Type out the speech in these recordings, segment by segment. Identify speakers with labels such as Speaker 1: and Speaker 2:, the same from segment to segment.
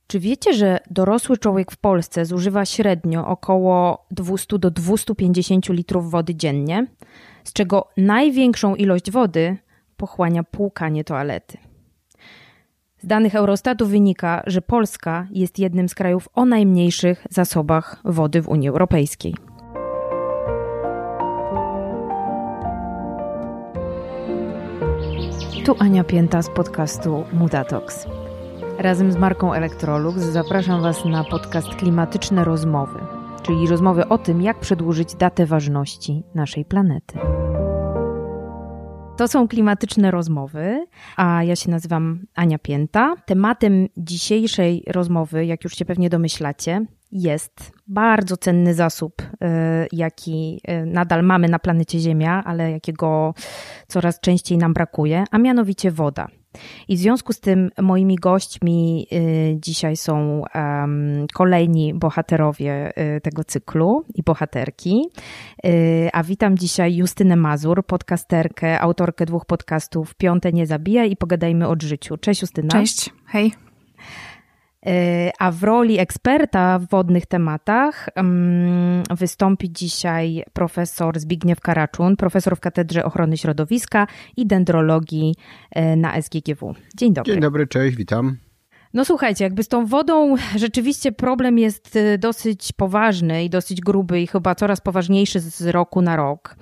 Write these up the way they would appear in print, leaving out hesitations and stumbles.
Speaker 1: Czy wiecie, że dorosły człowiek w Polsce zużywa średnio około 200 do 250 litrów wody dziennie, z czego największą ilość wody pochłania płukanie toalety? Z danych Eurostatu wynika, że Polska jest jednym z krajów o najmniejszych zasobach wody w Unii Europejskiej. Tu Ania Pięta z podcastu Mutatox. Razem z marką Electrolux zapraszam Was na podcast Klimatyczne Rozmowy, czyli rozmowy o tym, jak przedłużyć datę ważności naszej planety. To są klimatyczne rozmowy, a ja się nazywam Ania Pięta. Tematem dzisiejszej rozmowy, jak już się pewnie domyślacie, jest bardzo cenny zasób, jaki nadal mamy na planecie Ziemia, ale jakiego coraz częściej nam brakuje, a mianowicie woda. I w związku z tym moimi gośćmi dzisiaj są kolejni bohaterowie tego cyklu i bohaterki. A witam dzisiaj Justynę Mazur, podcasterkę, autorkę 2 podcastów Piąte nie zabijaj i Pogadajmy o życiu. Cześć Justyna.
Speaker 2: Cześć, hej.
Speaker 1: A w roli eksperta w wodnych tematach wystąpi dzisiaj profesor Zbigniew Karaczun, profesor w Katedrze Ochrony Środowiska i Dendrologii na SGGW. Dzień dobry.
Speaker 3: Dzień dobry, cześć, witam.
Speaker 1: No słuchajcie, jakby z tą wodą rzeczywiście problem jest dosyć poważny i dosyć gruby i chyba coraz poważniejszy z roku na rok.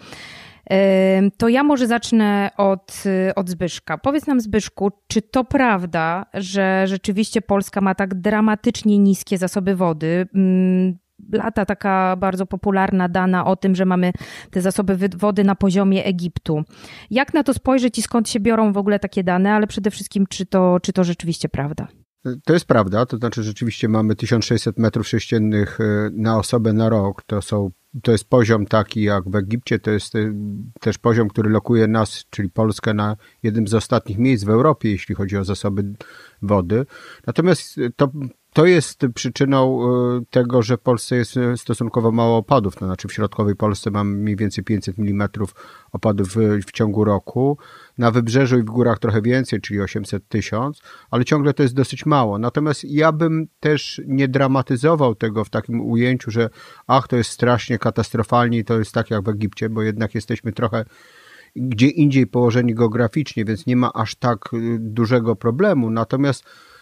Speaker 1: To ja może zacznę od Zbyszka. Powiedz nam, Zbyszku, czy to prawda, że rzeczywiście Polska ma tak dramatycznie niskie zasoby wody? Lata taka bardzo popularna dana o tym, że mamy te zasoby wody na poziomie Egiptu. Jak na to spojrzeć i skąd się biorą w ogóle takie dane, ale przede wszystkim czy to rzeczywiście prawda?
Speaker 3: To jest prawda, to znaczy rzeczywiście mamy 1600 metrów sześciennych na osobę na rok. To jest poziom taki jak w Egipcie, to jest też poziom, który lokuje nas, czyli Polskę, na jednym z ostatnich miejsc w Europie, jeśli chodzi o zasoby wody. Natomiast to jest przyczyną tego, że w Polsce jest stosunkowo mało opadów. To znaczy w środkowej Polsce mamy mniej więcej 500 mm opadów w ciągu roku. Na wybrzeżu i w górach trochę więcej, czyli 800 000, ale ciągle to jest dosyć mało. Natomiast ja bym też nie dramatyzował tego w takim ujęciu, że to jest strasznie katastrofalnie i to jest tak jak w Egipcie, bo jednak jesteśmy trochę gdzie indziej położeni geograficznie, więc nie ma aż tak dużego problemu. Natomiast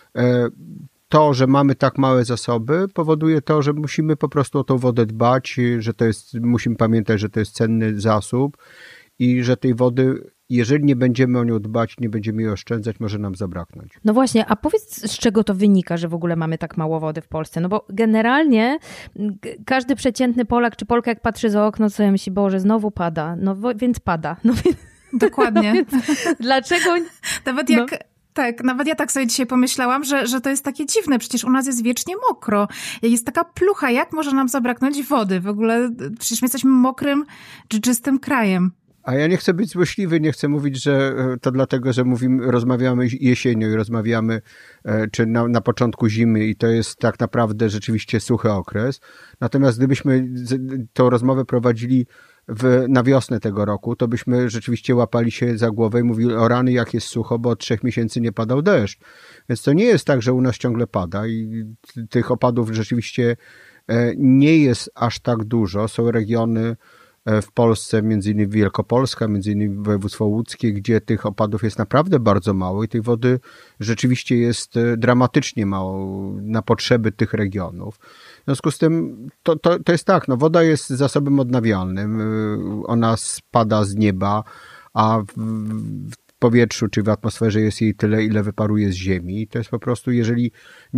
Speaker 3: to, że mamy tak małe zasoby, powoduje to, że musimy po prostu o tą wodę dbać, musimy pamiętać, że to jest cenny zasób i że tej wody, jeżeli nie będziemy o nią dbać, nie będziemy jej oszczędzać, może nam zabraknąć.
Speaker 1: No właśnie, a powiedz, z czego to wynika, że w ogóle mamy tak mało wody w Polsce? No bo generalnie każdy przeciętny Polak czy Polka, jak patrzy za okno, to myśli, Boże, znowu pada, więc pada. No więc,
Speaker 2: dokładnie.
Speaker 1: Więc dlaczego?
Speaker 2: Nawet ja tak sobie dzisiaj pomyślałam, że to jest takie dziwne. Przecież u nas jest wiecznie mokro. Jest taka plucha. Jak może nam zabraknąć wody? W ogóle przecież my jesteśmy mokrym, czystym krajem.
Speaker 3: A ja nie chcę być złośliwy, nie chcę mówić, że to dlatego, że rozmawiamy jesienią i rozmawiamy czy na początku zimy i to jest tak naprawdę rzeczywiście suchy okres. Natomiast gdybyśmy tą rozmowę prowadzili na wiosnę tego roku, to byśmy rzeczywiście łapali się za głowę i mówili o rany, jak jest sucho, bo od 3 miesięcy nie padał deszcz. Więc to nie jest tak, że u nas ciągle pada i tych opadów rzeczywiście nie jest aż tak dużo. Są regiony w Polsce, między innymi Wielkopolska, między innymi województwo łódzkie, gdzie tych opadów jest naprawdę bardzo mało i tej wody rzeczywiście jest dramatycznie mało na potrzeby tych regionów. W związku z tym to jest tak, woda jest zasobem odnawialnym, ona spada z nieba, a w powietrzu czy w atmosferze jest jej tyle, ile wyparuje z ziemi. To jest po prostu, jeżeli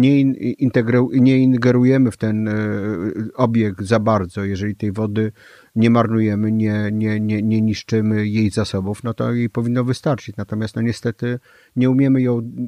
Speaker 3: nie ingerujemy w ten obieg za bardzo, jeżeli tej wody nie marnujemy, nie niszczymy jej zasobów, no to jej powinno wystarczyć. Natomiast niestety nie umiemy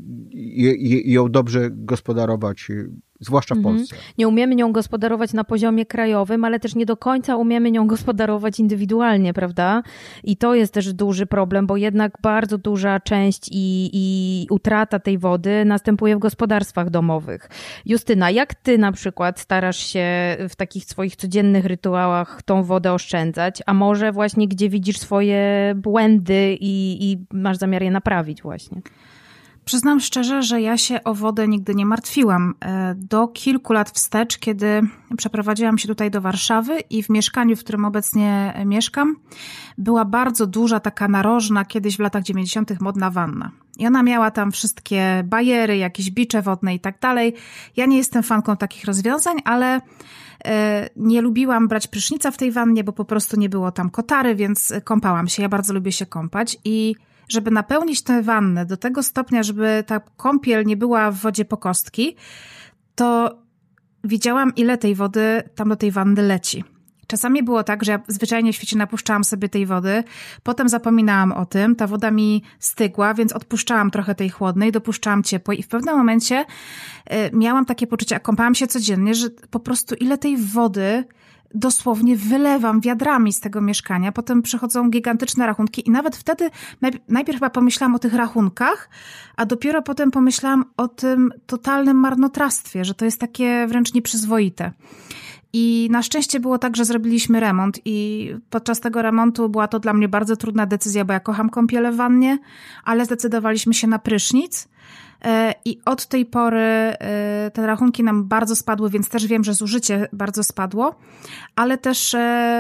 Speaker 3: ją dobrze gospodarować, zwłaszcza w Polsce.
Speaker 1: Nie umiemy nią gospodarować na poziomie krajowym, ale też nie do końca umiemy nią gospodarować indywidualnie, prawda? I to jest też duży problem, bo jednak bardzo duża część i utrata tej wody następuje w gospodarstwach domowych. Justyna, jak ty na przykład starasz się w takich swoich codziennych rytuałach tą wodę oszczędzać, a może właśnie gdzie widzisz swoje błędy i masz zamiar je naprawić właśnie?
Speaker 2: Przyznam szczerze, że ja się o wodę nigdy nie martwiłam. Do kilku lat wstecz, kiedy przeprowadziłam się tutaj do Warszawy i w mieszkaniu, w którym obecnie mieszkam, była bardzo duża, taka narożna, kiedyś w latach 90. modna wanna. I ona miała tam wszystkie bajery, jakieś bicze wodne i tak dalej. Ja nie jestem fanką takich rozwiązań, ale nie lubiłam brać prysznica w tej wannie, bo po prostu nie było tam kotary, więc kąpałam się. Ja bardzo lubię się kąpać i żeby napełnić tę wannę do tego stopnia, żeby ta kąpiel nie była w wodzie po kostki, to widziałam, ile tej wody tam do tej wanny leci. Czasami było tak, że ja zwyczajnie w świecie napuszczałam sobie tej wody, potem zapominałam o tym, ta woda mi stygła, więc odpuszczałam trochę tej chłodnej, dopuszczałam ciepłej i w pewnym momencie miałam takie poczucie, a kąpałam się codziennie, że po prostu ile tej wody dosłownie wylewam wiadrami z tego mieszkania, potem przychodzą gigantyczne rachunki i nawet wtedy najpierw chyba pomyślałam o tych rachunkach, a dopiero potem pomyślałam o tym totalnym marnotrawstwie, że to jest takie wręcz nieprzyzwoite. I na szczęście było tak, że zrobiliśmy remont i podczas tego remontu była to dla mnie bardzo trudna decyzja, bo ja kocham kąpiele w wannie, ale zdecydowaliśmy się na prysznic i od tej pory te rachunki nam bardzo spadły, więc też wiem, że zużycie bardzo spadło, ale też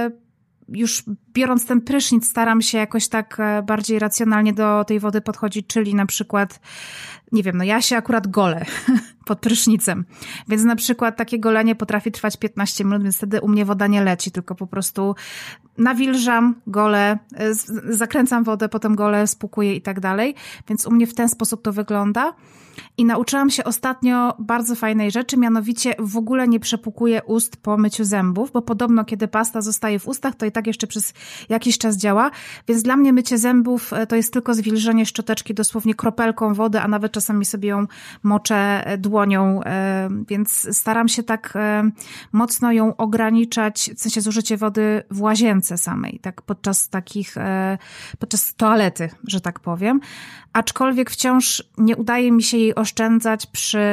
Speaker 2: już biorąc ten prysznic staram się jakoś tak bardziej racjonalnie do tej wody podchodzić, czyli na przykład, nie wiem, ja się akurat golę pod prysznicem, więc na przykład takie golenie potrafi trwać 15 minut, więc wtedy u mnie woda nie leci, tylko po prostu nawilżam, golę, zakręcam wodę, potem golę, spłukuję i tak dalej, więc u mnie w ten sposób to wygląda. I nauczyłam się ostatnio bardzo fajnej rzeczy, mianowicie w ogóle nie przepłukuję ust po myciu zębów, bo podobno kiedy pasta zostaje w ustach, to i tak jeszcze przez jakiś czas działa, więc dla mnie mycie zębów to jest tylko zwilżenie szczoteczki dosłownie kropelką wody, a nawet czasami sobie ją moczę dłonią, więc staram się tak mocno ją ograniczać, w sensie zużycie wody w łazience samej, tak podczas toalety, że tak powiem. Aczkolwiek wciąż nie udaje mi się jej oszczędzać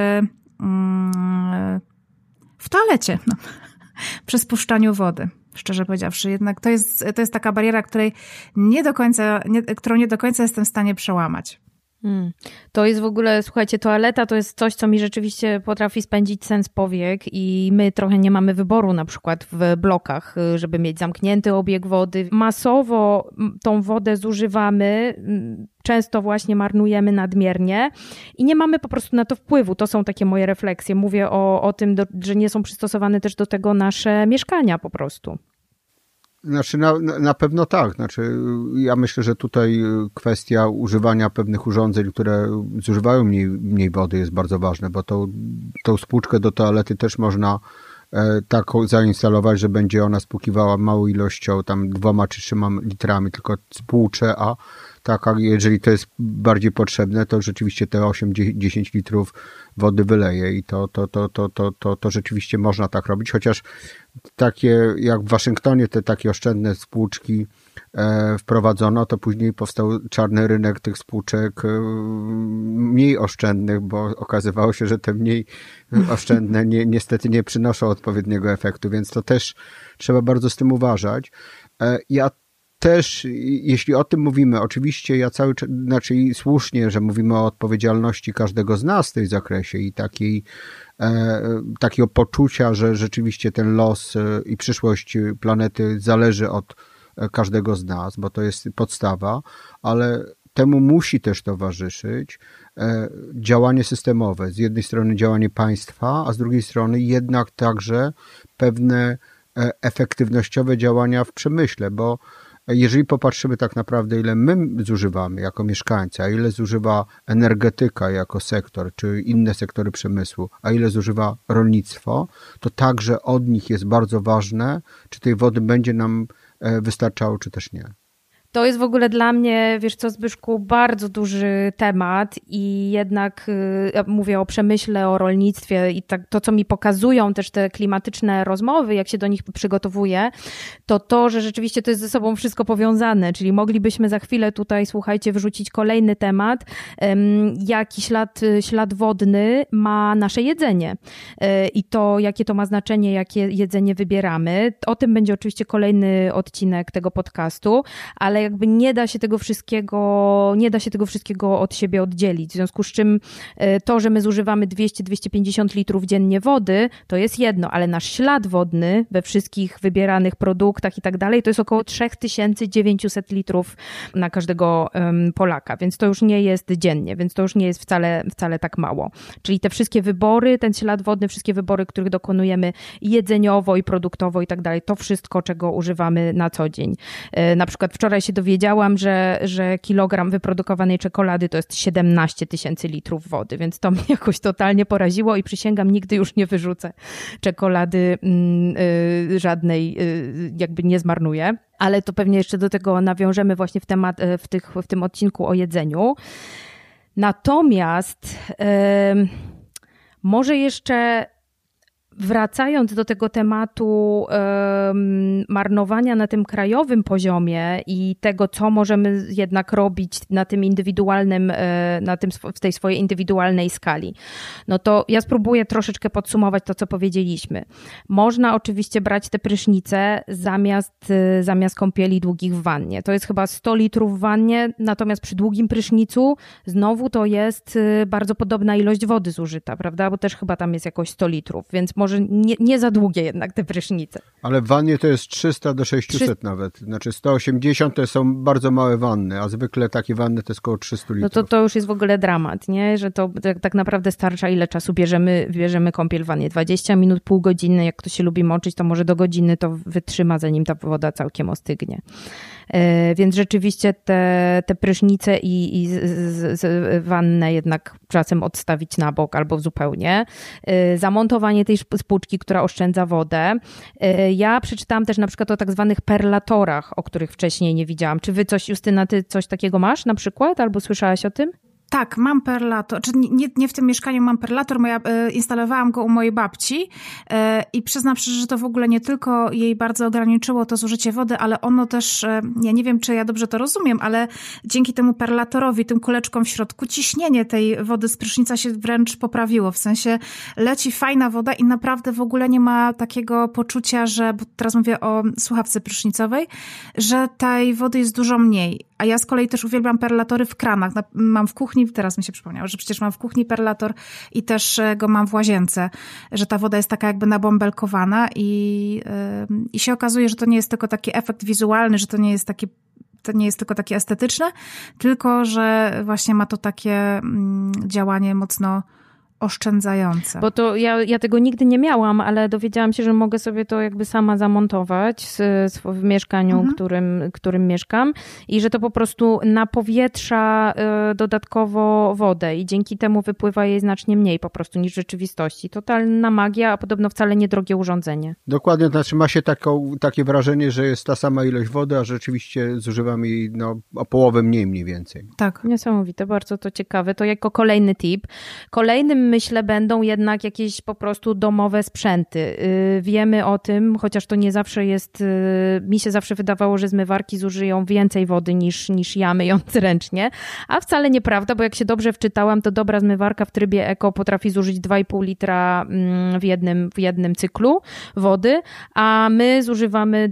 Speaker 2: w toalecie, przy spuszczaniu wody, szczerze powiedziawszy. Jednak to jest taka bariera, którą nie do końca jestem w stanie przełamać.
Speaker 1: To jest w ogóle, słuchajcie, toaleta to jest coś, co mi rzeczywiście potrafi spędzić sen z powiek i my trochę nie mamy wyboru na przykład w blokach, żeby mieć zamknięty obieg wody. Masowo tą wodę zużywamy, często właśnie marnujemy nadmiernie i nie mamy po prostu na to wpływu. To są takie moje refleksje. Mówię o tym, że nie są przystosowane też do tego nasze mieszkania po prostu.
Speaker 3: Znaczy na pewno tak. Znaczy, ja myślę, że tutaj kwestia używania pewnych urządzeń, które zużywają mniej wody jest bardzo ważna, bo tą spłuczkę do toalety też można taką zainstalować, że będzie ona spłukiwała małą ilością, tam 2 czy 3 litrami, tylko spłucze, a taka, jeżeli to jest bardziej potrzebne, to rzeczywiście te 8-10 litrów wody wyleje i to rzeczywiście można tak robić, chociaż takie jak w Waszyngtonie te takie oszczędne spłuczki wprowadzono, to później powstał czarny rynek tych spłuczek mniej oszczędnych, bo okazywało się, że te mniej oszczędne niestety nie przynoszą odpowiedniego efektu, więc to też trzeba bardzo z tym uważać. Ja też, jeśli o tym mówimy, oczywiście znaczy słusznie, że mówimy o odpowiedzialności każdego z nas w tej zakresie i takiego poczucia, że rzeczywiście ten los i przyszłość planety zależy od każdego z nas, bo to jest podstawa, ale temu musi też towarzyszyć działanie systemowe. Z jednej strony działanie państwa, a z drugiej strony jednak także pewne efektywnościowe działania w przemyśle, bo jeżeli popatrzymy tak naprawdę, ile my zużywamy jako mieszkańcy, a ile zużywa energetyka jako sektor, czy inne sektory przemysłu, a ile zużywa rolnictwo, to także od nich jest bardzo ważne, czy tej wody będzie nam wystarczało, czy też nie.
Speaker 1: To jest w ogóle dla mnie, wiesz co, Zbyszku, bardzo duży temat i jednak ja mówię o przemyśle, o rolnictwie i tak to, co mi pokazują też te klimatyczne rozmowy, jak się do nich przygotowuję, to, że rzeczywiście to jest ze sobą wszystko powiązane, czyli moglibyśmy za chwilę tutaj, słuchajcie, wrzucić kolejny temat, jaki ślad wodny ma nasze jedzenie i to, jakie to ma znaczenie, jakie jedzenie wybieramy. O tym będzie oczywiście kolejny odcinek tego podcastu, ale ale jakby nie da się tego wszystkiego od siebie oddzielić. W związku z czym to, że my zużywamy 200-250 litrów dziennie wody, to jest jedno, ale nasz ślad wodny we wszystkich wybieranych produktach i tak dalej, to jest około 3900 litrów na każdego Polaka, więc to już nie jest dziennie, więc to już nie jest wcale tak mało. Czyli te wszystkie wybory, ten ślad wodny, wszystkie wybory, których dokonujemy jedzeniowo i produktowo i tak dalej, to wszystko, czego używamy na co dzień. Na przykład wczoraj się dowiedziałam, że kilogram wyprodukowanej czekolady to jest 17 000 litrów wody, więc to mnie jakoś totalnie poraziło i przysięgam, nigdy już nie wyrzucę czekolady żadnej, jakby nie zmarnuję. Ale to pewnie jeszcze do tego nawiążemy właśnie w tym odcinku o jedzeniu. Natomiast może jeszcze wracając do tego tematu marnowania na tym krajowym poziomie i tego, co możemy jednak robić na tym indywidualnym, w tej swojej indywidualnej skali, no to ja spróbuję troszeczkę podsumować to, co powiedzieliśmy. Można oczywiście brać te prysznice zamiast kąpieli długich w wannie. To jest chyba 100 litrów w wannie, natomiast przy długim prysznicu znowu to jest bardzo podobna ilość wody zużyta, prawda? Bo też chyba tam jest jakoś 100 litrów, więc może nie za długie jednak te prysznice.
Speaker 3: Ale w wannie to jest 300 do 600 nawet. Znaczy 180 to są bardzo małe wanny, a zwykle takie wanny to jest około 300 litrów.
Speaker 1: No to już jest w ogóle dramat, nie? Że to tak naprawdę starcza, ile czasu bierzemy kąpiel w wannie. 20 minut, pół godziny, jak ktoś się lubi moczyć, to może do godziny to wytrzyma, zanim ta woda całkiem ostygnie. Więc rzeczywiście te prysznice i wannę jednak czasem odstawić na bok albo zupełnie. Zamontowanie tej spłuczki, która oszczędza wodę. Ja przeczytałam też na przykład o tak zwanych perlatorach, o których wcześniej nie widziałam. Czy wy Justyna, ty coś takiego masz na przykład? Albo słyszałaś o tym?
Speaker 2: Tak, mam perlator. Nie w tym mieszkaniu mam perlator, bo ja instalowałam go u mojej babci i przyznam szczerze, że to w ogóle nie tylko jej bardzo ograniczyło to zużycie wody, ale ono też, ja nie wiem, czy ja dobrze to rozumiem, ale dzięki temu perlatorowi, tym kuleczkom w środku, ciśnienie tej wody z prysznica się wręcz poprawiło. W sensie leci fajna woda i naprawdę w ogóle nie ma takiego poczucia, że, bo teraz mówię o słuchawce prysznicowej, że tej wody jest dużo mniej. A ja z kolei też uwielbiam perlatory w kranach. Mam w kuchni, teraz mi się przypomniało, że przecież mam w kuchni perlator i też go mam w łazience, że ta woda jest taka jakby nabąbelkowana i się okazuje, że to nie jest tylko taki efekt wizualny, że to nie jest tylko takie estetyczne, tylko że właśnie ma to takie działanie mocno oszczędzające.
Speaker 1: Bo to ja tego nigdy nie miałam, ale dowiedziałam się, że mogę sobie to jakby sama zamontować w mieszkaniu, którym mieszkam i że to po prostu napowietrza dodatkowo wodę i dzięki temu wypływa jej znacznie mniej po prostu niż w rzeczywistości. Totalna magia, a podobno wcale niedrogie urządzenie.
Speaker 3: Dokładnie, to znaczy ma się takie wrażenie, że jest ta sama ilość wody, a rzeczywiście zużywamy jej o połowę mniej więcej.
Speaker 1: Tak. Niesamowite, bardzo to ciekawe. To jako kolejny tip. Kolejnym myślę będą jednak jakieś po prostu domowe sprzęty. Wiemy o tym, chociaż to nie zawsze jest, mi się zawsze wydawało, że zmywarki zużyją więcej wody niż ja myjąc ręcznie, a wcale nieprawda, bo jak się dobrze wczytałam, to dobra zmywarka w trybie eko potrafi zużyć 2,5 litra w jednym cyklu wody, a my zużywamy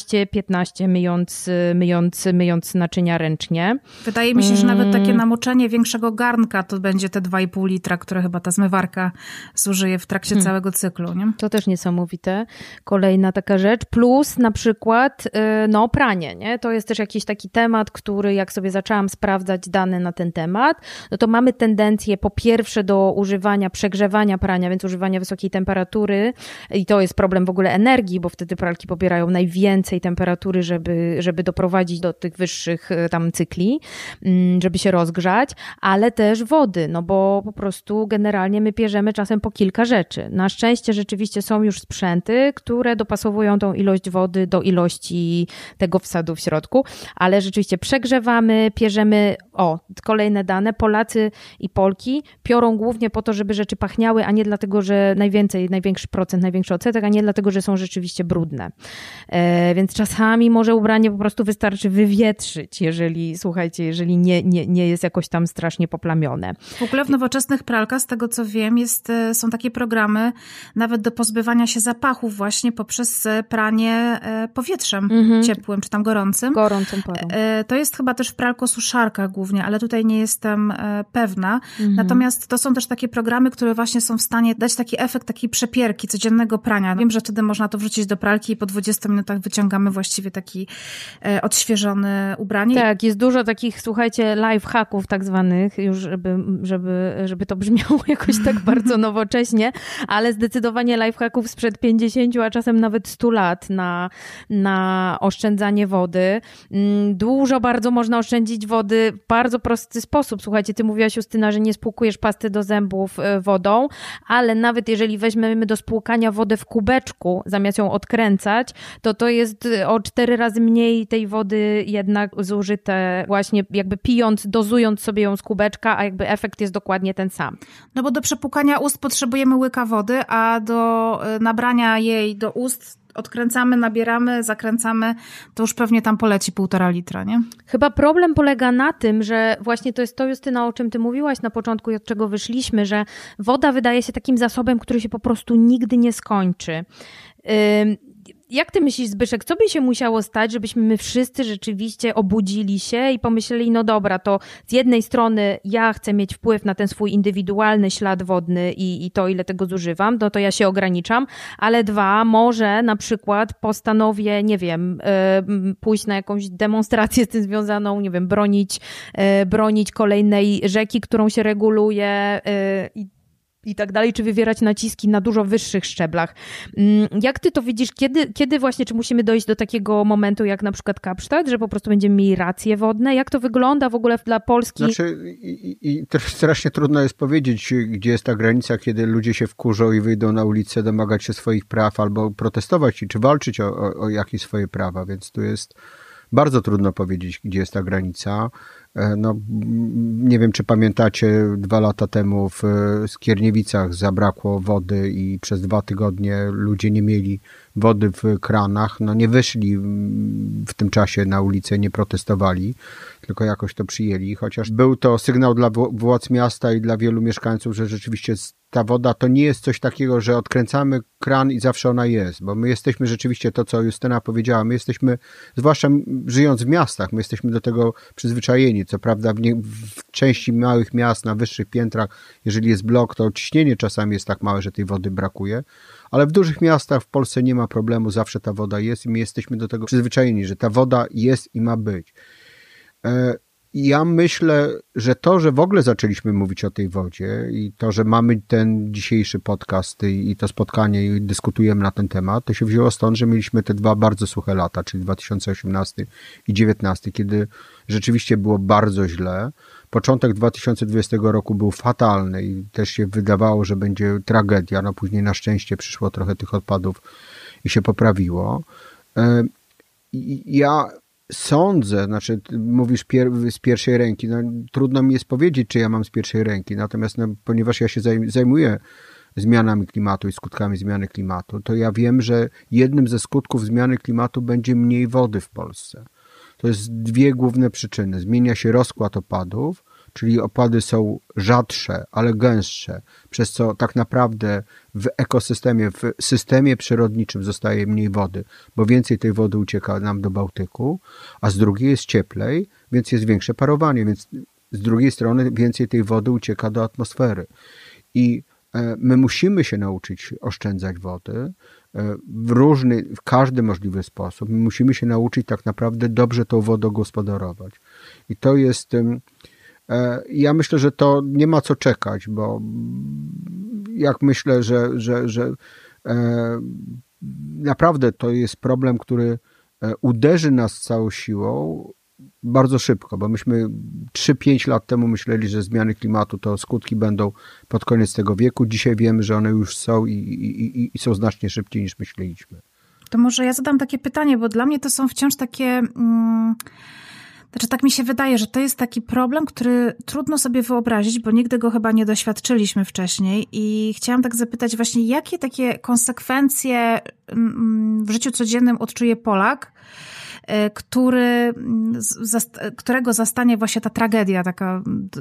Speaker 1: 12-15 myjąc naczynia ręcznie.
Speaker 2: Wydaje mi się, że nawet takie namoczenie większego garnka to będzie te 2,5 litra, które chyba ta zmywarka zużyje w trakcie całego cyklu, nie?
Speaker 1: To też niesamowite. Kolejna taka rzecz. Plus na przykład pranie, nie? To jest też jakiś taki temat, który jak sobie zaczęłam sprawdzać dane na ten temat, no to mamy tendencję po pierwsze do przegrzewania prania, więc używania wysokiej temperatury i to jest problem w ogóle energii, bo wtedy pralki pobierają najwięcej temperatury, żeby doprowadzić do tych wyższych tam cykli, żeby się rozgrzać, ale też wody, no bo po prostu generalnie my pierzemy czasem po kilka rzeczy. Na szczęście rzeczywiście są już sprzęty, które dopasowują tą ilość wody do ilości tego wsadu w środku, ale rzeczywiście przegrzewamy, pierzemy, kolejne dane, Polacy i Polki piorą głównie po to, żeby rzeczy pachniały, a nie dlatego, że największy odsetek, a nie dlatego, że są rzeczywiście brudne. Więc czasami może ubranie po prostu wystarczy wywietrzyć, jeżeli nie jest jakoś tam strasznie poplamione.
Speaker 2: W ogóle w nowoczesnych pralkach, z tego tego co wiem, są takie programy nawet do pozbywania się zapachów właśnie poprzez pranie powietrzem ciepłym czy tam gorącym.
Speaker 1: Gorącą porą.
Speaker 2: To jest chyba też w pralkosuszarkach głównie, ale tutaj nie jestem pewna. Natomiast to są też takie programy, które właśnie są w stanie dać taki efekt takiej przepierki, codziennego prania. Wiem, że wtedy można to wrzucić do pralki i po 20 minutach wyciągamy właściwie taki odświeżony ubranie.
Speaker 1: Tak, jest dużo takich, słuchajcie, life hacków tak zwanych, już żeby to brzmiało jakoś tak bardzo nowocześnie, ale zdecydowanie life hacków sprzed 50, a czasem nawet 100 lat na oszczędzanie wody. Dużo bardzo można oszczędzić wody w bardzo prosty sposób. Słuchajcie, ty mówiłaś, Justyna, że nie spłukujesz pasty do zębów wodą, ale nawet jeżeli weźmiemy do spłukania wodę w kubeczku, zamiast ją odkręcać, to jest o 4 razy mniej tej wody jednak zużyte właśnie jakby pijąc, dozując sobie ją z kubeczka, a jakby efekt jest dokładnie ten sam.
Speaker 2: No bo do przepłukania ust potrzebujemy łyka wody, a do nabrania jej do ust odkręcamy, nabieramy, zakręcamy, to już pewnie tam poleci 1,5 litra, nie?
Speaker 1: Chyba problem polega na tym, że właśnie to jest to, Justyna, o czym ty mówiłaś na początku i od czego wyszliśmy, że woda wydaje się takim zasobem, który się po prostu nigdy nie skończy. Jak ty myślisz, Zbyszek, co by się musiało stać, żebyśmy my wszyscy rzeczywiście obudzili się i pomyśleli, no dobra, to z jednej strony ja chcę mieć wpływ na ten swój indywidualny ślad wodny i to, ile tego zużywam, to ja się ograniczam, ale 2, może na przykład postanowię, nie wiem, pójść na jakąś demonstrację z tym związaną, nie wiem, bronić kolejnej rzeki, którą się reguluje i tak dalej, czy wywierać naciski na dużo wyższych szczeblach. Jak ty to widzisz, kiedy właśnie, czy musimy dojść do takiego momentu jak na przykład Kapsztad, że po prostu będziemy mieli racje wodne? Jak to wygląda w ogóle dla Polski?
Speaker 3: Znaczy, i też strasznie trudno jest powiedzieć, gdzie jest ta granica, kiedy ludzie się wkurzą i wyjdą na ulicę domagać się swoich praw albo protestować czy walczyć o jakieś swoje prawa, więc tu jest bardzo trudno powiedzieć, gdzie jest ta granica. No, nie wiem, czy pamiętacie, 2 lata temu w Skierniewicach zabrakło wody i przez 2 tygodnie ludzie nie mieli wody w kranach. No, nie wyszli w tym czasie na ulicę, nie protestowali, tylko jakoś to przyjęli, chociaż był to sygnał dla władz miasta i dla wielu mieszkańców, że rzeczywiście ta woda to nie jest coś takiego, że odkręcamy kran i zawsze ona jest, bo my jesteśmy rzeczywiście to, co Justyna powiedziała, my jesteśmy, zwłaszcza żyjąc w miastach, my jesteśmy do tego przyzwyczajeni. Co prawda w części małych miast na wyższych piętrach, jeżeli jest blok, to ciśnienie czasami jest tak małe, że tej wody brakuje, ale w dużych miastach w Polsce nie ma problemu, zawsze ta woda jest i my jesteśmy do tego przyzwyczajeni, że ta woda jest i ma być. Ja myślę, że to, że w ogóle zaczęliśmy mówić o tej wodzie i to, że mamy ten dzisiejszy podcast i to spotkanie i dyskutujemy na ten temat, to się wzięło stąd, że mieliśmy te 2 bardzo suche lata, czyli 2018 i 2019, kiedy rzeczywiście było bardzo źle. Początek 2020 roku był fatalny i też się wydawało, że będzie tragedia. No później na szczęście przyszło trochę tych odpadów i się poprawiło. Ja sądzę, znaczy mówisz z pierwszej ręki, no trudno mi jest powiedzieć, czy ja mam z pierwszej ręki, natomiast ponieważ ja się zajmuję zmianami klimatu i skutkami zmiany klimatu, to ja wiem, że jednym ze skutków zmiany klimatu będzie mniej wody w Polsce. To jest 2 główne przyczyny. Zmienia się rozkład opadów, czyli opady są rzadsze, ale gęstsze, przez co tak naprawdę w ekosystemie, w systemie przyrodniczym zostaje mniej wody, bo więcej tej wody ucieka nam do Bałtyku, a z drugiej jest cieplej, więc jest większe parowanie, więc z drugiej strony więcej tej wody ucieka do atmosfery. I my musimy się nauczyć oszczędzać wody w każdy możliwy sposób. My musimy się nauczyć tak naprawdę dobrze tą wodą gospodarować. I to jest... Ja myślę, że to nie ma co czekać, bo jak myślę, że naprawdę to jest problem, który uderzy nas całą siłą bardzo szybko, bo myśmy 3-5 lat temu myśleli, że zmiany klimatu to skutki będą pod koniec tego wieku. Dzisiaj wiemy, że one już są i są znacznie szybciej niż myśleliśmy.
Speaker 2: To może ja zadam takie pytanie, bo dla mnie to są wciąż takie... Znaczy, tak mi się wydaje, że to jest taki problem, który trudno sobie wyobrazić, bo nigdy go chyba nie doświadczyliśmy wcześniej i chciałam tak zapytać właśnie, jakie takie konsekwencje w życiu codziennym odczuje Polak, którego zastanie właśnie ta tragedia taka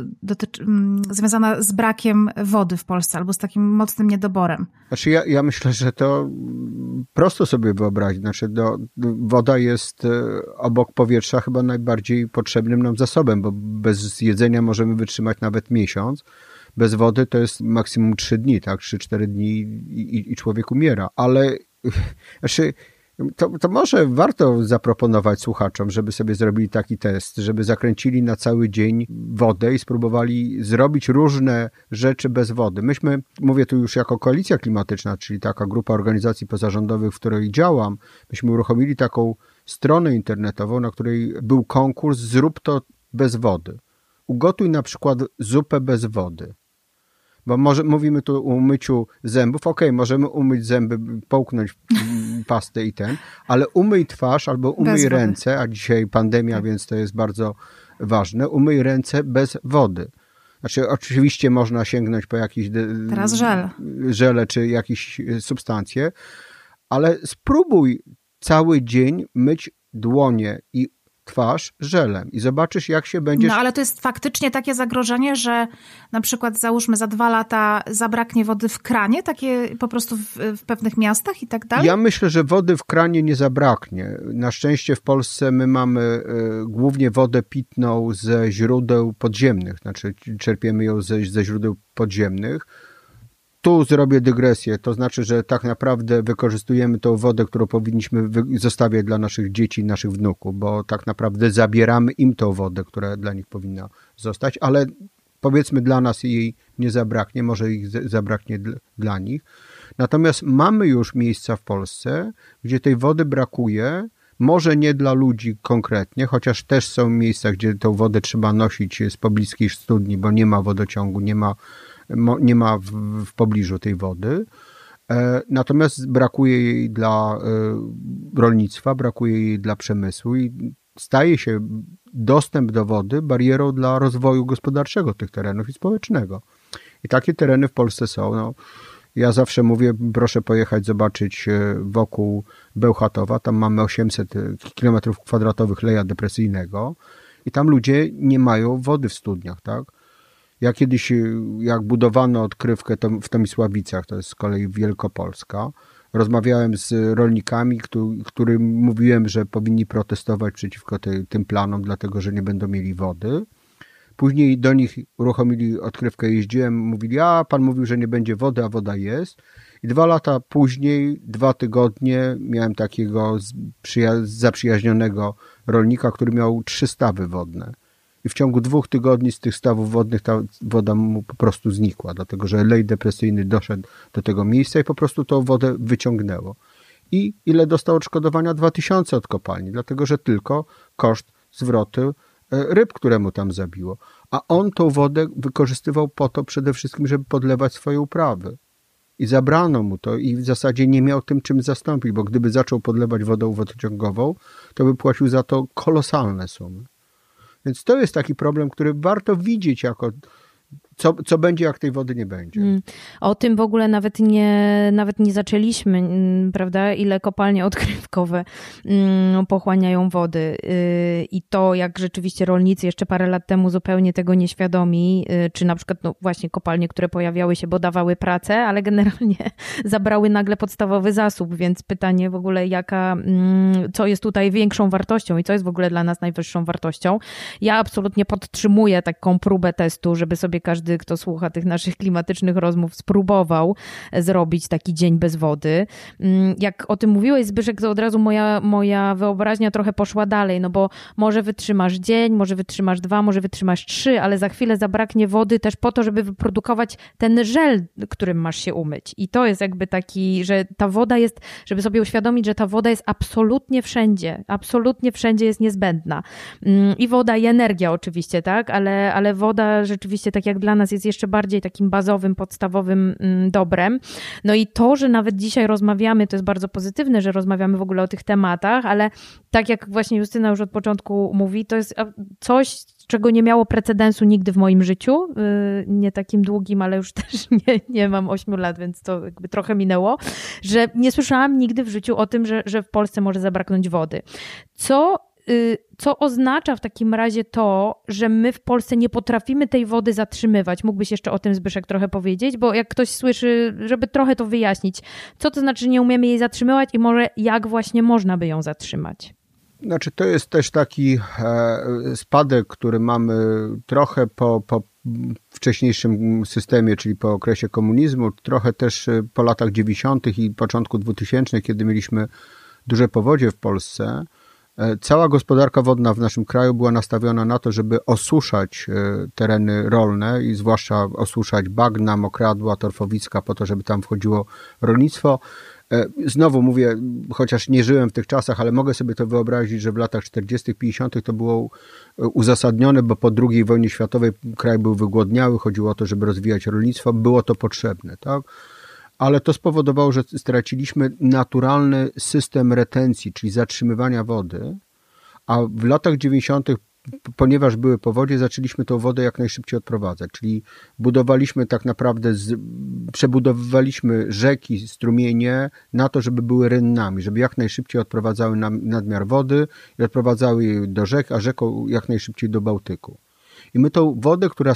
Speaker 2: związana z brakiem wody w Polsce albo z takim mocnym niedoborem?
Speaker 3: Znaczy ja myślę, że to prosto sobie wyobrazić. Znaczy woda jest obok powietrza chyba najbardziej potrzebnym nam zasobem, bo bez jedzenia możemy wytrzymać nawet miesiąc. Bez wody to jest maksimum 3 dni, tak? 3-4 dni i człowiek umiera. Ale znaczy, to może warto zaproponować słuchaczom, żeby sobie zrobili taki test, żeby zakręcili na cały dzień wodę i spróbowali zrobić różne rzeczy bez wody. Mówię tu już jako Koalicja Klimatyczna, czyli taka grupa organizacji pozarządowych, w której działam, myśmy uruchomili taką stronę internetową, na której był konkurs "Zrób to bez wody". Ugotuj na przykład zupę bez wody. Bo mówimy tu o umyciu zębów. Okej, możemy umyć zęby, połknąć pastę ale umyj twarz albo umyj ręce, a dzisiaj pandemia, więc to jest bardzo ważne. Umyj ręce bez wody. Znaczy oczywiście można sięgnąć po jakieś
Speaker 2: teraz
Speaker 3: żele czy jakieś substancje, ale spróbuj cały dzień myć dłonie i twarz żelem i zobaczysz, jak się będziesz...
Speaker 2: No ale to jest faktycznie takie zagrożenie, że na przykład załóżmy za 2 lata zabraknie wody w kranie, takie po prostu w pewnych miastach i tak dalej?
Speaker 3: Ja myślę, że wody w kranie nie zabraknie. Na szczęście w Polsce my mamy głównie wodę pitną ze źródeł podziemnych, znaczy czerpiemy ją ze źródeł podziemnych. Tu zrobię dygresję, to znaczy, że tak naprawdę wykorzystujemy tą wodę, którą powinniśmy zostawiać dla naszych dzieci, naszych wnuków, bo tak naprawdę zabieramy im tą wodę, która dla nich powinna zostać, ale powiedzmy dla nas jej nie zabraknie, może ich zabraknie dla nich. Natomiast mamy już miejsca w Polsce, gdzie tej wody brakuje, może nie dla ludzi konkretnie, chociaż też są miejsca, gdzie tą wodę trzeba nosić z pobliskiej studni, bo nie ma wodociągu, nie ma w pobliżu tej wody. Natomiast brakuje jej dla rolnictwa, brakuje jej dla przemysłu i staje się dostęp do wody barierą dla rozwoju gospodarczego tych terenów i społecznego. I takie tereny w Polsce są. No, ja zawsze mówię, proszę pojechać zobaczyć wokół Bełchatowa, tam mamy 800 km² leja depresyjnego i tam ludzie nie mają wody w studniach, tak? Ja kiedyś, jak budowano odkrywkę w Tomisławicach, to jest z kolei Wielkopolska, rozmawiałem z rolnikami, którym mówiłem, że powinni protestować przeciwko tym planom, dlatego że nie będą mieli wody. Później do nich uruchomili odkrywkę, jeździłem, mówili, a pan mówił, że nie będzie wody, a woda jest. I 2 lata później, 2 tygodnie miałem takiego zaprzyjaźnionego rolnika, który miał 3 stawy wodne. I w ciągu 2 tygodni z tych stawów wodnych ta woda mu po prostu znikła, dlatego że lej depresyjny doszedł do tego miejsca i po prostu tą wodę wyciągnęło. I ile dostał odszkodowania? 2000 od kopalni, dlatego że tylko koszt zwrotu ryb, które mu tam zabiło. A on tą wodę wykorzystywał po to przede wszystkim, żeby podlewać swoje uprawy. I zabrano mu to i w zasadzie nie miał tym czym zastąpić, bo gdyby zaczął podlewać wodą wodociągową, to by płacił za to kolosalne sumy. Więc to jest taki problem, który warto widzieć jako co będzie, jak tej wody nie będzie.
Speaker 1: O tym w ogóle nawet nie zaczęliśmy, prawda? Ile kopalnie odkrywkowe pochłaniają wody. I to, jak rzeczywiście rolnicy jeszcze parę lat temu zupełnie tego nieświadomi, czy na przykład no właśnie kopalnie, które pojawiały się, bo dawały pracę, ale generalnie zabrały nagle podstawowy zasób, więc pytanie w ogóle co jest tutaj większą wartością i co jest w ogóle dla nas najwyższą wartością. Ja absolutnie podtrzymuję taką próbę testu, żeby sobie każdy, kto słucha tych naszych klimatycznych rozmów, spróbował zrobić taki dzień bez wody. Jak o tym mówiłeś, Zbyszek, to od razu moja wyobraźnia trochę poszła dalej, no bo może wytrzymasz dzień, może wytrzymasz 2, może wytrzymasz 3, ale za chwilę zabraknie wody też po to, żeby wyprodukować ten żel, którym masz się umyć. I to jest jakby taki, że ta woda jest, żeby sobie uświadomić, że ta woda jest absolutnie wszędzie jest niezbędna. I woda, i energia oczywiście, tak? Ale woda rzeczywiście, tak jak dla dla nas jest jeszcze bardziej takim bazowym, podstawowym dobrem. No i to, że nawet dzisiaj rozmawiamy, to jest bardzo pozytywne, że rozmawiamy w ogóle o tych tematach, ale tak jak właśnie Justyna już od początku mówi, to jest coś, czego nie miało precedensu nigdy w moim życiu, nie takim długim, ale już też nie mam 8 lat, więc to jakby trochę minęło, że nie słyszałam nigdy w życiu o tym, że w Polsce może zabraknąć wody. Co oznacza w takim razie to, że my w Polsce nie potrafimy tej wody zatrzymywać? Mógłbyś jeszcze o tym, Zbyszek, trochę powiedzieć? Bo jak ktoś słyszy, żeby trochę to wyjaśnić, co to znaczy, że nie umiemy jej zatrzymywać i może jak właśnie można by ją zatrzymać?
Speaker 3: Znaczy, to jest też taki spadek, który mamy trochę po wcześniejszym systemie, czyli po okresie komunizmu, trochę też po latach 90. i początku 2000, kiedy mieliśmy duże powodzie w Polsce. Cała gospodarka wodna w naszym kraju była nastawiona na to, żeby osuszać tereny rolne i zwłaszcza osuszać bagna, mokradła, torfowiska po to, żeby tam wchodziło rolnictwo. Znowu mówię, chociaż nie żyłem w tych czasach, ale mogę sobie to wyobrazić, że w latach 40., 50. to było uzasadnione, bo po II wojnie światowej kraj był wygłodniały, chodziło o to, żeby rozwijać rolnictwo, było to potrzebne, tak? Ale to spowodowało, że straciliśmy naturalny system retencji, czyli zatrzymywania wody, a w latach 90., ponieważ były powodzie, zaczęliśmy tą wodę jak najszybciej odprowadzać, czyli budowaliśmy tak naprawdę, przebudowywaliśmy rzeki, strumienie na to, żeby były rynnami, żeby jak najszybciej odprowadzały nadmiar wody i odprowadzały je do rzek, a rzeką jak najszybciej do Bałtyku. I my tą wodę, która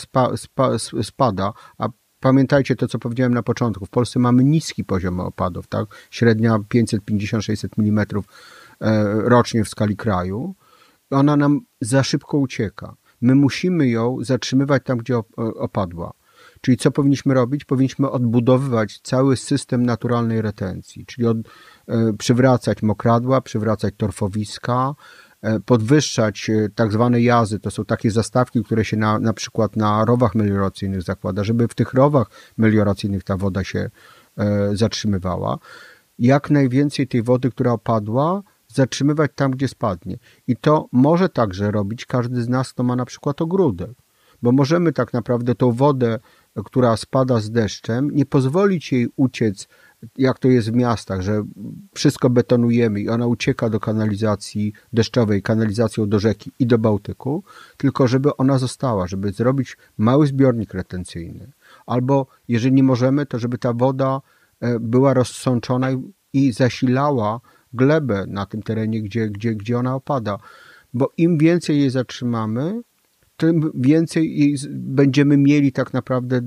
Speaker 3: spada, a pamiętajcie to, co powiedziałem na początku, w Polsce mamy niski poziom opadów, tak? Średnia 550-600 mm rocznie w skali kraju. Ona nam za szybko ucieka. My musimy ją zatrzymywać tam, gdzie opadła. Czyli co powinniśmy robić? Powinniśmy odbudowywać cały system naturalnej retencji, czyli przywracać mokradła, przywracać torfowiska, podwyższać tak zwane jazy, to są takie zastawki, które się na przykład na rowach melioracyjnych zakłada, żeby w tych rowach melioracyjnych ta woda się zatrzymywała. Jak najwięcej tej wody, która opadła, zatrzymywać tam, gdzie spadnie. I to może także robić każdy z nas, kto ma na przykład ogródek, bo możemy tak naprawdę tą wodę, która spada z deszczem, nie pozwolić jej uciec, jak to jest w miastach, że wszystko betonujemy i ona ucieka do kanalizacji deszczowej, kanalizacją do rzeki i do Bałtyku, tylko żeby ona została, żeby zrobić mały zbiornik retencyjny. Albo jeżeli nie możemy, to żeby ta woda była rozsączona i zasilała glebę na tym terenie, gdzie ona opada. Bo im więcej jej zatrzymamy, tym więcej jej będziemy mieli tak naprawdę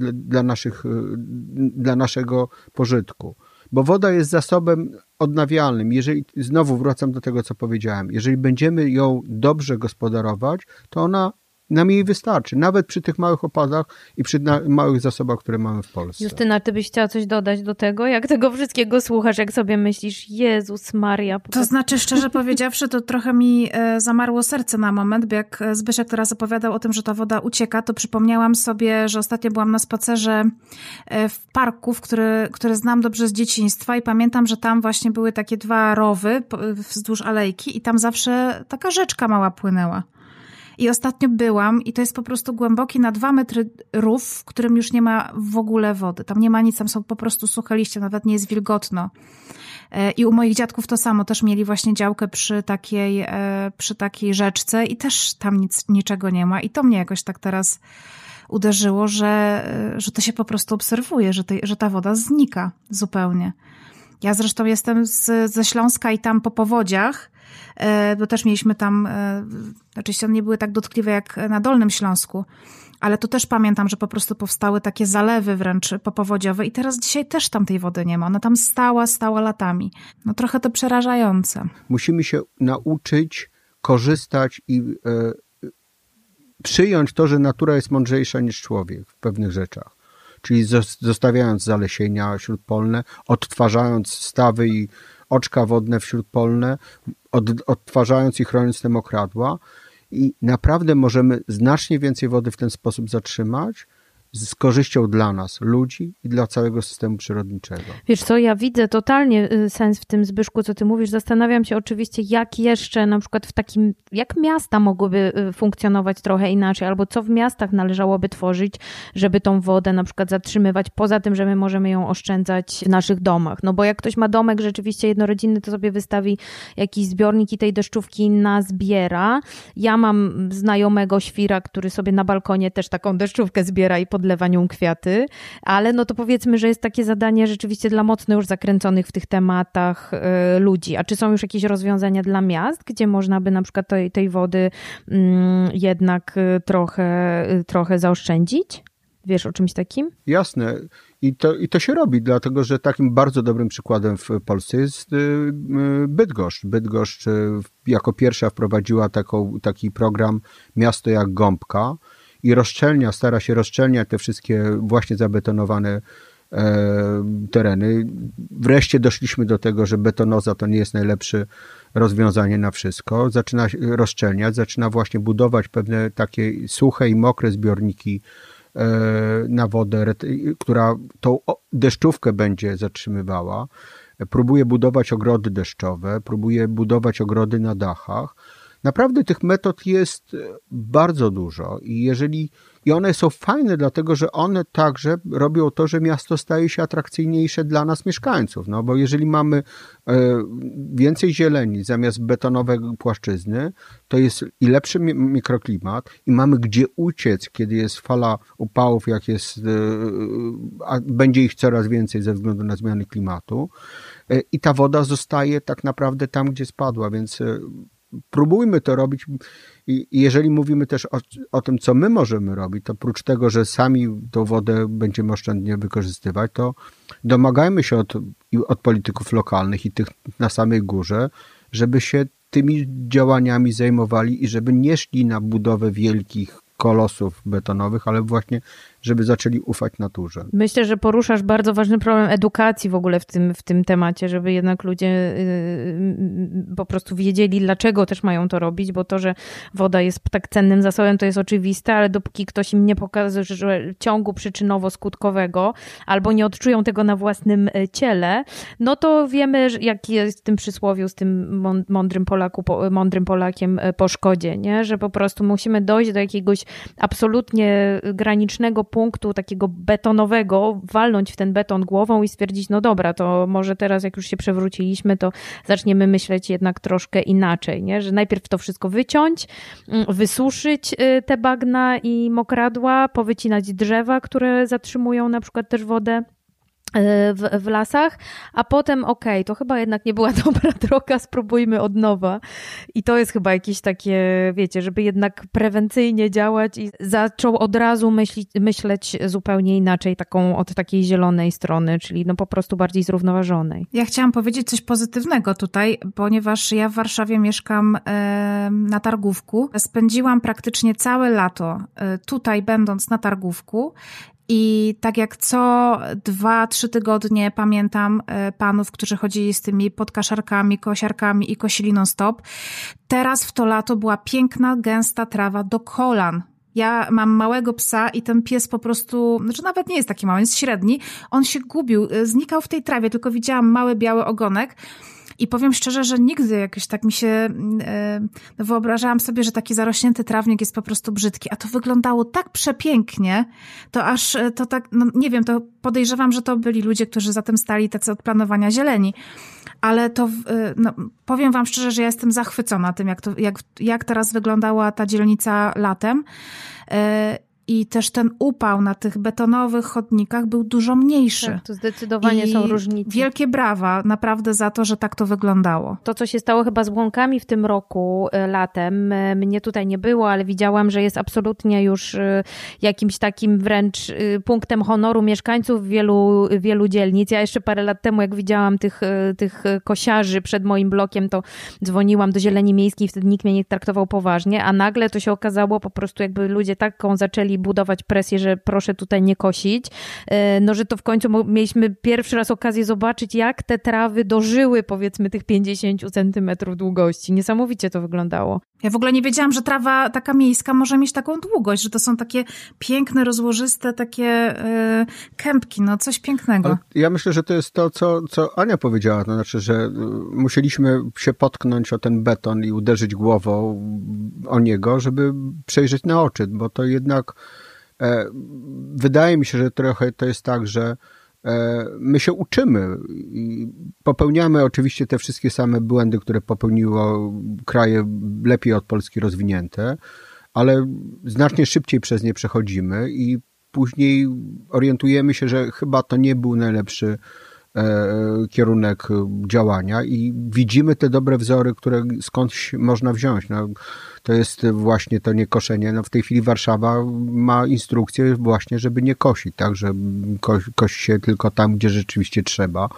Speaker 3: dla naszego pożytku. Bo woda jest zasobem odnawialnym. Jeżeli, znowu wracam do tego, co powiedziałem, jeżeli będziemy ją dobrze gospodarować, to ona nam jej wystarczy, nawet przy tych małych opadach i przy małych zasobach, które mamy w Polsce.
Speaker 1: Justyna, ty byś chciała coś dodać do tego? Jak tego wszystkiego słuchasz, jak sobie myślisz, Jezus Maria.
Speaker 2: To znaczy, szczerze powiedziawszy, to trochę mi zamarło serce na moment, bo jak Zbyszek teraz opowiadał o tym, że ta woda ucieka, to przypomniałam sobie, że ostatnio byłam na spacerze w parku, który znam dobrze z dzieciństwa i pamiętam, że tam właśnie były takie 2 rowy wzdłuż alejki i tam zawsze taka rzeczka mała płynęła. I ostatnio byłam i to jest po prostu głęboki na 2 metry rów, w którym już nie ma w ogóle wody. Tam nie ma nic, tam są po prostu suche liście, nawet nie jest wilgotno. I u moich dziadków to samo, też mieli właśnie działkę przy takiej rzeczce i też tam niczego nie ma. I to mnie jakoś tak teraz uderzyło, że to się po prostu obserwuje, że ta woda znika zupełnie. Ja zresztą jestem ze Śląska i tam po powodziach, bo też mieliśmy tam, oczywiście one nie były tak dotkliwe jak na Dolnym Śląsku, ale to też pamiętam, że po prostu powstały takie zalewy wręcz popowodziowe i teraz dzisiaj też tam tej wody nie ma. Ona tam stała latami. No trochę to przerażające.
Speaker 3: Musimy się nauczyć korzystać i przyjąć to, że natura jest mądrzejsza niż człowiek w pewnych rzeczach. Czyli zostawiając zalesienia śródpolne, odtwarzając stawy i oczka wodne śródpolne, odtwarzając i chroniąc te mokradła i naprawdę możemy znacznie więcej wody w ten sposób zatrzymać z korzyścią dla nas, ludzi i dla całego systemu przyrodniczego.
Speaker 1: Wiesz co, ja widzę totalnie sens w tym, Zbyszku, co ty mówisz. Zastanawiam się oczywiście, jak jeszcze na przykład jak miasta mogłyby funkcjonować trochę inaczej, albo co w miastach należałoby tworzyć, żeby tą wodę na przykład zatrzymywać, poza tym, że my możemy ją oszczędzać w naszych domach. No bo jak ktoś ma domek rzeczywiście jednorodzinny, to sobie wystawi jakiś zbiornik i tej deszczówki nazbiera. Ja mam znajomego świra, który sobie na balkonie też taką deszczówkę zbiera i podlewa nią kwiaty, ale no to powiedzmy, że jest takie zadanie rzeczywiście dla mocno już zakręconych w tych tematach ludzi. A czy są już jakieś rozwiązania dla miast, gdzie można by na przykład tej wody jednak trochę zaoszczędzić? Wiesz o czymś takim?
Speaker 3: Jasne. I to się robi, dlatego że takim bardzo dobrym przykładem w Polsce jest Bydgoszcz. Bydgoszcz jako pierwsza wprowadziła taki program Miasto jak gąbka i stara się rozszczelniać te wszystkie właśnie zabetonowane tereny. Wreszcie doszliśmy do tego, że betonoza to nie jest najlepsze rozwiązanie na wszystko. Zaczyna rozszczelniać, zaczyna właśnie budować pewne takie suche i mokre zbiorniki na wodę, która tą deszczówkę będzie zatrzymywała. Próbuje budować ogrody deszczowe, próbuje budować ogrody na dachach. Naprawdę tych metod jest bardzo dużo i one są fajne, dlatego że one także robią to, że miasto staje się atrakcyjniejsze dla nas mieszkańców. No bo jeżeli mamy więcej zieleni zamiast betonowej płaszczyzny, to jest i lepszy mikroklimat i mamy gdzie uciec, kiedy jest fala upałów, a będzie ich coraz więcej ze względu na zmiany klimatu i ta woda zostaje tak naprawdę tam, gdzie spadła, więc próbujmy to robić i jeżeli mówimy też o tym, co my możemy robić, to oprócz tego, że sami tą wodę będziemy oszczędnie wykorzystywać, to domagajmy się od polityków lokalnych i tych na samej górze, żeby się tymi działaniami zajmowali i żeby nie szli na budowę wielkich kolosów betonowych, ale właśnie, żeby zaczęli ufać naturze.
Speaker 1: Myślę, że poruszasz bardzo ważny problem edukacji w ogóle w tym temacie, żeby jednak ludzie po prostu wiedzieli, dlaczego też mają to robić, bo to, że woda jest tak cennym zasobem, to jest oczywiste, ale dopóki ktoś im nie pokaże, że ciągu przyczynowo-skutkowego albo nie odczują tego na własnym ciele, no to wiemy, jak jest w tym przysłowiu z tym mądrym Polakiem po szkodzie, nie? Że po prostu musimy dojść do jakiegoś absolutnie granicznego punktu, takiego betonowego, walnąć w ten beton głową i stwierdzić, no dobra, to może teraz jak już się przewróciliśmy, to zaczniemy myśleć jednak troszkę inaczej, nie? Że najpierw to wszystko wyciąć, wysuszyć te bagna i mokradła, powycinać drzewa, które zatrzymują na przykład też wodę w lasach, a potem to chyba jednak nie była dobra droga, spróbujmy od nowa. I to jest chyba jakieś takie, wiecie, żeby jednak prewencyjnie działać i zaczął od razu myśleć zupełnie inaczej, od takiej zielonej strony, czyli no po prostu bardziej zrównoważonej.
Speaker 2: Ja chciałam powiedzieć coś pozytywnego tutaj, ponieważ ja w Warszawie mieszkam na Targówku. Spędziłam praktycznie całe lato tutaj, będąc na Targówku. I tak jak co 2-3 tygodnie pamiętam panów, którzy chodzili z tymi podkaszarkami, kosiarkami i kosili non-stop. Teraz w to lato była piękna, gęsta trawa do kolan. Ja mam małego psa i ten pies po prostu, nawet nie jest taki mały, jest średni. On się gubił, znikał w tej trawie, tylko widziałam mały, biały ogonek. I powiem szczerze, że nigdy jakoś tak mi się, wyobrażałam sobie, że taki zarośnięty trawnik jest po prostu brzydki, a to wyglądało tak przepięknie, to aż to tak, nie wiem, to podejrzewam, że to byli ludzie, którzy za tym stali, tacy od planowania zieleni, ale to, powiem wam szczerze, że ja jestem zachwycona tym, jak teraz wyglądała ta dzielnica latem. I też ten upał na tych betonowych chodnikach był dużo mniejszy.
Speaker 1: Tak, to zdecydowanie są różnice.
Speaker 2: Wielkie brawa naprawdę za to, że tak to wyglądało.
Speaker 1: To, co się stało chyba z Błąkami w tym roku latem, mnie tutaj nie było, ale widziałam, że jest absolutnie już jakimś takim wręcz punktem honoru mieszkańców wielu dzielnic. Ja jeszcze parę lat temu, jak widziałam tych kosiarzy przed moim blokiem, to dzwoniłam do Zieleni Miejskiej, wtedy nikt mnie nie traktował poważnie, a nagle to się okazało po prostu, jakby ludzie taką zaczęli budować presję, że proszę tutaj nie kosić, że to w końcu mieliśmy pierwszy raz okazję zobaczyć, jak te trawy dożyły powiedzmy tych 50 centymetrów długości. Niesamowicie to wyglądało.
Speaker 2: Ja w ogóle nie wiedziałam, że trawa taka miejska może mieć taką długość, że to są takie piękne, rozłożyste takie kępki, no coś pięknego.
Speaker 3: Ja myślę, że to jest to, co Ania powiedziała, to znaczy, że musieliśmy się potknąć o ten beton i uderzyć głową o niego, żeby przejrzeć na oczy, bo to jednak wydaje mi się, że trochę to jest tak, że my się uczymy i popełniamy oczywiście te wszystkie same błędy, które popełniło kraje lepiej od Polski rozwinięte, ale znacznie szybciej przez nie przechodzimy i później orientujemy się, że chyba to nie był najlepszy kierunek działania i widzimy te dobre wzory, które skądś można wziąć. No, to jest właśnie to niekoszenie. No, w tej chwili Warszawa ma instrukcję właśnie, żeby nie kosić, tak, że kosi się tylko tam, gdzie rzeczywiście trzeba,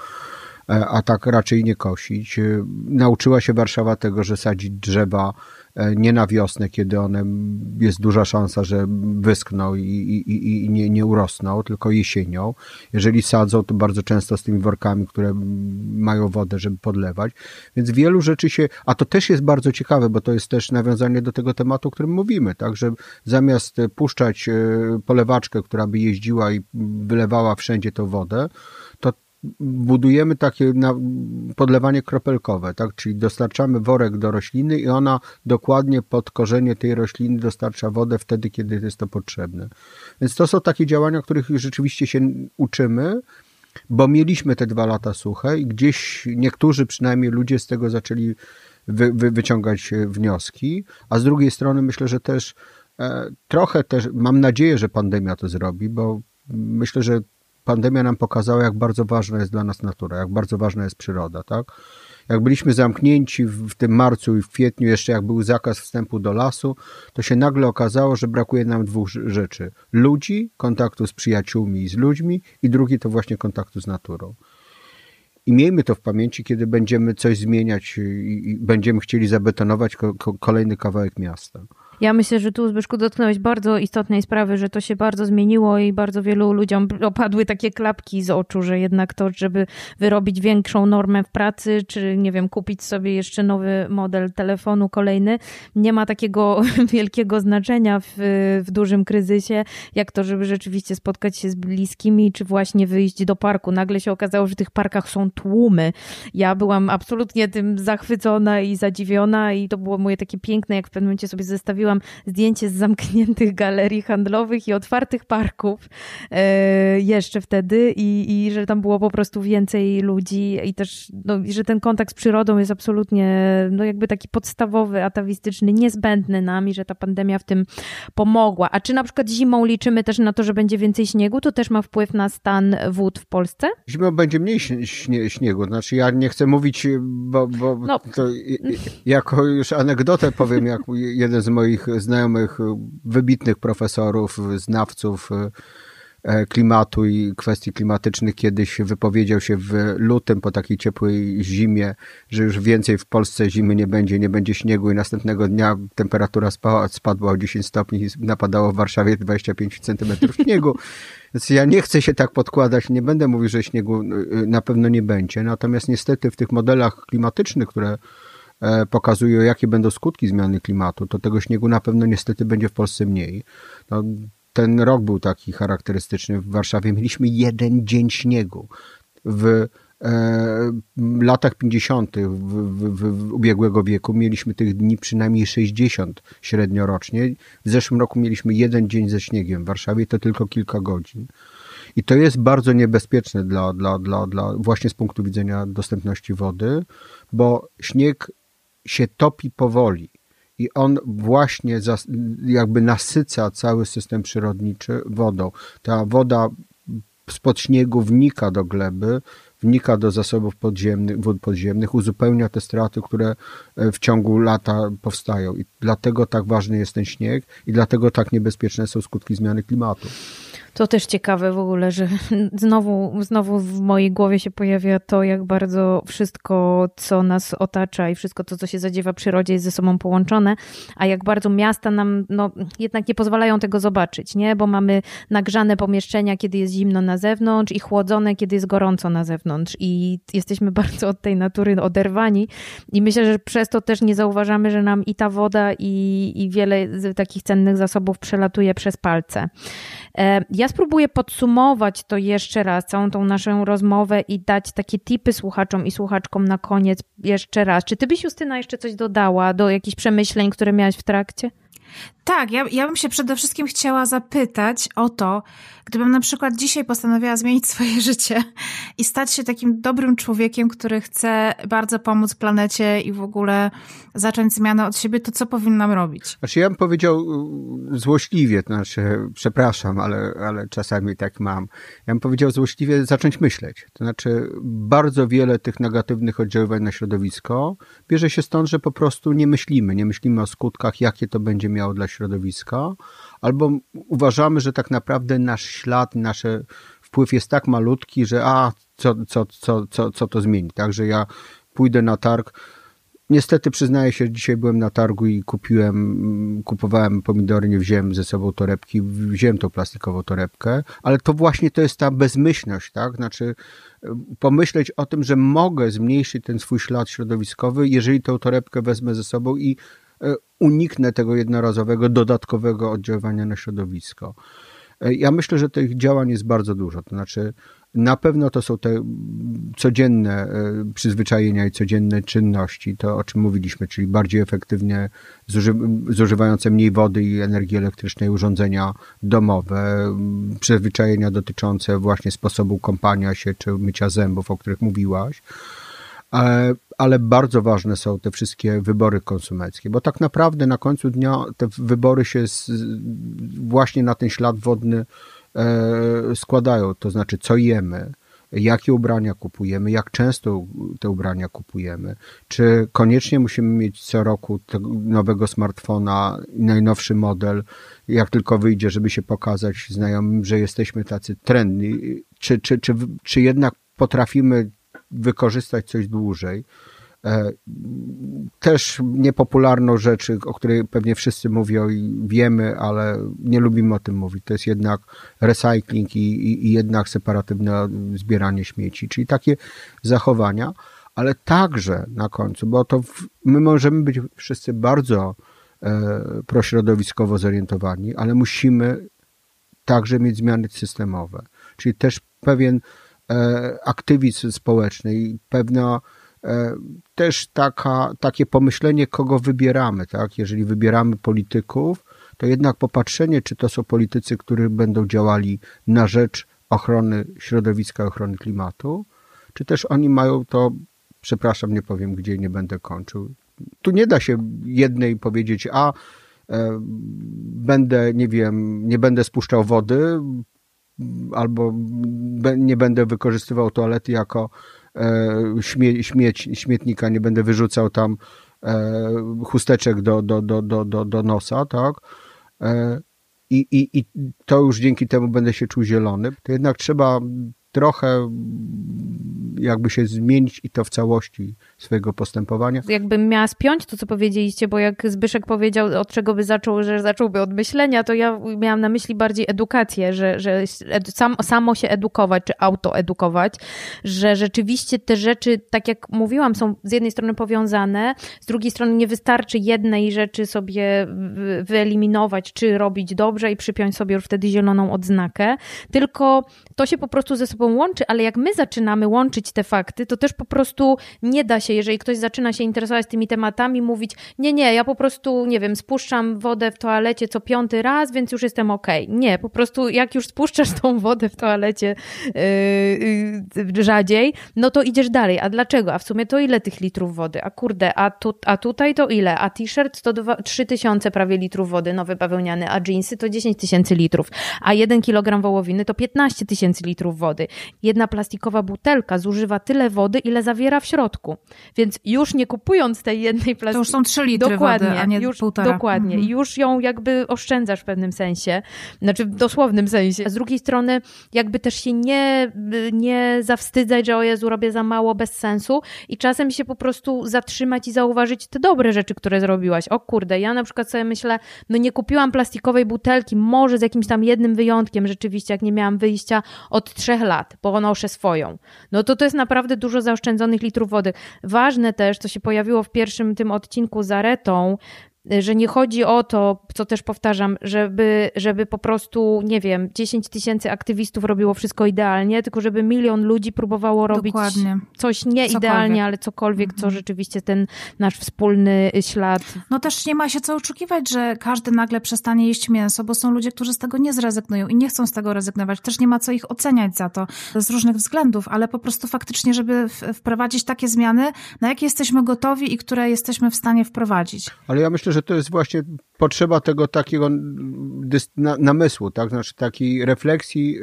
Speaker 3: a tak raczej nie kosić. Nauczyła się Warszawa tego, że sadzić drzewa nie na wiosnę, kiedy one jest duża szansa, że wyschną i nie urosną, tylko jesienią. Jeżeli sadzą, to bardzo często z tymi workami, które mają wodę, żeby podlewać. Więc wielu rzeczy się, a to też jest bardzo ciekawe, bo to jest też nawiązanie do tego tematu, o którym mówimy, tak, że zamiast puszczać polewaczkę, która by jeździła i wylewała wszędzie tą wodę, to budujemy takie podlewanie kropelkowe, tak? Czyli dostarczamy worek do rośliny i ona dokładnie pod korzenie tej rośliny dostarcza wodę wtedy, kiedy jest to potrzebne. Więc to są takie działania, których rzeczywiście się uczymy, bo mieliśmy te 2 lata suche i gdzieś niektórzy przynajmniej ludzie z tego zaczęli wyciągać wnioski, a z drugiej strony myślę, że też trochę też mam nadzieję, że pandemia to zrobi, bo myślę, że pandemia nam pokazała, jak bardzo ważna jest dla nas natura, jak bardzo ważna jest przyroda, tak? Jak byliśmy zamknięci w tym marcu i w kwietniu, jeszcze jak był zakaz wstępu do lasu, to się nagle okazało, że brakuje nam 2 rzeczy. Ludzi, kontaktu z przyjaciółmi i z ludźmi i drugi to właśnie kontaktu z naturą. I miejmy to w pamięci, kiedy będziemy coś zmieniać i będziemy chcieli zabetonować kolejny kawałek miasta.
Speaker 1: Ja myślę, że tu, Zbyszku, dotknąłeś bardzo istotnej sprawy, że to się bardzo zmieniło i bardzo wielu ludziom opadły takie klapki z oczu, że jednak to, żeby wyrobić większą normę w pracy, czy nie wiem, kupić sobie jeszcze nowy model telefonu kolejny, nie ma takiego wielkiego znaczenia w dużym kryzysie, jak to, żeby rzeczywiście spotkać się z bliskimi, czy właśnie wyjść do parku. Nagle się okazało, że w tych parkach są tłumy. Ja byłam absolutnie tym zachwycona i zadziwiona i to było moje takie piękne, jak w pewnym momencie sobie zestawiłam zdjęcie z zamkniętych galerii handlowych i otwartych parków jeszcze wtedy i że tam było po prostu więcej ludzi i też, no, że ten kontakt z przyrodą jest absolutnie, no, jakby taki podstawowy, atawistyczny, niezbędny nam i że ta pandemia w tym pomogła. A czy na przykład zimą liczymy też na to, że będzie więcej śniegu? To też ma wpływ na stan wód w Polsce?
Speaker 3: Zimą będzie mniej śniegu. Znaczy ja nie chcę mówić, bo no. To jako już anegdotę powiem, jak jeden z moich znajomych, wybitnych profesorów, znawców klimatu i kwestii klimatycznych kiedyś wypowiedział się w lutym po takiej ciepłej zimie, że już więcej w Polsce zimy nie będzie śniegu i następnego dnia temperatura spadła o 10 stopni i napadało w Warszawie 25 centymetrów śniegu. Więc ja nie chcę się tak podkładać, nie będę mówił, że śniegu na pewno nie będzie, natomiast niestety w tych modelach klimatycznych, które pokazują, jakie będą skutki zmiany klimatu, to tego śniegu na pewno niestety będzie w Polsce mniej. No, ten rok był taki charakterystyczny. W Warszawie mieliśmy 1 dzień śniegu. W latach 50. w ubiegłego wieku mieliśmy tych dni przynajmniej 60 średnio rocznie. W zeszłym roku mieliśmy 1 dzień ze śniegiem. W Warszawie to tylko kilka godzin. I to jest bardzo niebezpieczne dla właśnie z punktu widzenia dostępności wody, bo śnieg się topi powoli i on właśnie jakby nasyca cały system przyrodniczy wodą. Ta woda spod śniegu wnika do gleby, wnika do zasobów wód podziemnych, uzupełnia te straty, które w ciągu lata powstają. I dlatego tak ważny jest ten śnieg i dlatego tak niebezpieczne są skutki zmiany klimatu.
Speaker 1: To też ciekawe w ogóle, że znowu w mojej głowie się pojawia to, jak bardzo wszystko, co nas otacza i wszystko to, co się zadziewa w przyrodzie, jest ze sobą połączone, a jak bardzo miasta nam jednak nie pozwalają tego zobaczyć, nie? Bo mamy nagrzane pomieszczenia, kiedy jest zimno na zewnątrz i chłodzone, kiedy jest gorąco na zewnątrz i jesteśmy bardzo od tej natury oderwani i myślę, że przez to też nie zauważamy, że nam i ta woda i wiele z takich cennych zasobów przelatuje przez palce. Ja spróbuję podsumować to jeszcze raz, całą tą naszą rozmowę i dać takie tipy słuchaczom i słuchaczkom na koniec jeszcze raz. Czy ty byś, Justyna, jeszcze coś dodała do jakichś przemyśleń, które miałaś w trakcie?
Speaker 2: Tak, ja bym się przede wszystkim chciała zapytać o to, gdybym na przykład dzisiaj postanowiła zmienić swoje życie i stać się takim dobrym człowiekiem, który chce bardzo pomóc planecie i w ogóle zacząć zmianę od siebie, to co powinnam robić?
Speaker 3: Znaczy ja bym powiedział złośliwie, to znaczy przepraszam, ale czasami tak mam. Ja bym powiedział złośliwie zacząć myśleć. To znaczy bardzo wiele tych negatywnych oddziaływań na środowisko bierze się stąd, że po prostu nie myślimy o skutkach, jakie to będzie miało dla środowiska, albo uważamy, że tak naprawdę nasz ślad, nasz wpływ jest tak malutki, że co to zmieni. Także ja pójdę na targ. Niestety przyznaję się, że dzisiaj byłem na targu i kupowałem pomidory, nie wziąłem ze sobą torebki, wziąłem tą plastikową torebkę, ale to właśnie to jest ta bezmyślność, tak? Znaczy pomyśleć o tym, że mogę zmniejszyć ten swój ślad środowiskowy, jeżeli tą torebkę wezmę ze sobą i uniknę tego jednorazowego, dodatkowego oddziaływania na środowisko. Ja myślę, że tych działań jest bardzo dużo. To znaczy, na pewno to są te codzienne przyzwyczajenia i codzienne czynności, to o czym mówiliśmy, czyli bardziej efektywnie zużywające mniej wody i energii elektrycznej urządzenia domowe, przyzwyczajenia dotyczące właśnie sposobu kąpania się czy mycia zębów, o których mówiłaś. Ale bardzo ważne są te wszystkie wybory konsumenckie, bo tak naprawdę na końcu dnia te wybory się właśnie na ten ślad wodny składają, to znaczy co jemy, jakie ubrania kupujemy, jak często te ubrania kupujemy, czy koniecznie musimy mieć co roku nowego smartfona, najnowszy model, jak tylko wyjdzie, żeby się pokazać znajomym, że jesteśmy tacy trendy, czy jednak potrafimy wykorzystać coś dłużej. Też niepopularną rzecz, o której pewnie wszyscy mówią i wiemy, ale nie lubimy o tym mówić. To jest jednak recycling i jednak separatywne zbieranie śmieci, czyli takie zachowania, ale także na końcu, bo to my możemy być wszyscy bardzo prośrodowiskowo zorientowani, ale musimy także mieć zmiany systemowe, czyli też pewien aktywizm społeczny i pewna też takie pomyślenie, kogo wybieramy, tak? Jeżeli wybieramy polityków, to jednak popatrzenie, czy to są politycy, którzy będą działali na rzecz ochrony środowiska, ochrony klimatu, czy też oni mają to, przepraszam, nie powiem gdzie, nie będę kończył. Tu nie da się jednej powiedzieć, będę, nie wiem, nie będę spuszczał wody, albo nie będę wykorzystywał toalety jako śmietnika, nie będę wyrzucał tam chusteczek do nosa, tak? I to już dzięki temu będę się czuł zielony. To jednak trzeba trochę jakby się zmienić i to w całości swojego postępowania.
Speaker 1: Jakbym miała spiąć to, co powiedzieliście, bo jak Zbyszek powiedział, od czego by zaczął, że zacząłby od myślenia, to ja miałam na myśli bardziej edukację, że samo się edukować, czy autoedukować, że rzeczywiście te rzeczy, tak jak mówiłam, są z jednej strony powiązane, z drugiej strony nie wystarczy jednej rzeczy sobie wyeliminować, czy robić dobrze i przypiąć sobie już wtedy zieloną odznakę, tylko to się po prostu ze sobą łączy, ale jak my zaczynamy łączyć te fakty, to też po prostu nie da się, jeżeli ktoś zaczyna się interesować tymi tematami, mówić, nie, ja po prostu, nie wiem, spuszczam wodę w toalecie co 5. raz, więc już jestem okej. Nie, po prostu jak już spuszczasz tą wodę w toalecie rzadziej, no to idziesz dalej. A dlaczego? A w sumie to ile tych litrów wody? A kurde, a tutaj to ile? A t-shirt to 3000 prawie litrów wody, nowy bawełniany, a dżinsy to 10 000 litrów, a 1 kilogram wołowiny to 15 000 litrów wody. Jedna plastikowa butelka zużywa tyle wody, ile zawiera w środku. Więc już nie kupując tej jednej plastikowej...
Speaker 2: To już są 3 litry wody, a nie 1,5.
Speaker 1: Dokładnie. Już ją jakby oszczędzasz w pewnym sensie. Znaczy w dosłownym sensie. A z drugiej strony jakby też się nie zawstydzać, że o Jezu, robię za mało, bez sensu. I czasem się po prostu zatrzymać i zauważyć te dobre rzeczy, które zrobiłaś. O kurde, ja na przykład sobie myślę, no nie kupiłam plastikowej butelki, może z jakimś tam jednym wyjątkiem rzeczywiście, jak nie miałam wyjścia od 3 lat, bo noszę swoją. No to jest naprawdę dużo zaoszczędzonych litrów wody. Ważne też, co się pojawiło w pierwszym tym odcinku z Aretą, że nie chodzi o to, co też powtarzam, żeby po prostu, nie wiem, 10 000 aktywistów robiło wszystko idealnie, tylko żeby 1 000 000 ludzi próbowało robić coś nie idealnie, ale cokolwiek, co rzeczywiście ten nasz wspólny ślad.
Speaker 2: No też nie ma się co oszukiwać, że każdy nagle przestanie jeść mięso, bo są ludzie, którzy z tego nie zrezygnują i nie chcą z tego rezygnować. Też nie ma co ich oceniać za to z różnych względów, ale po prostu faktycznie, żeby wprowadzić takie zmiany, na jakie jesteśmy gotowi i które jesteśmy w stanie wprowadzić.
Speaker 3: Ale ja myślę, że to jest właśnie potrzeba tego takiego namysłu, tak? Znaczy takiej refleksji,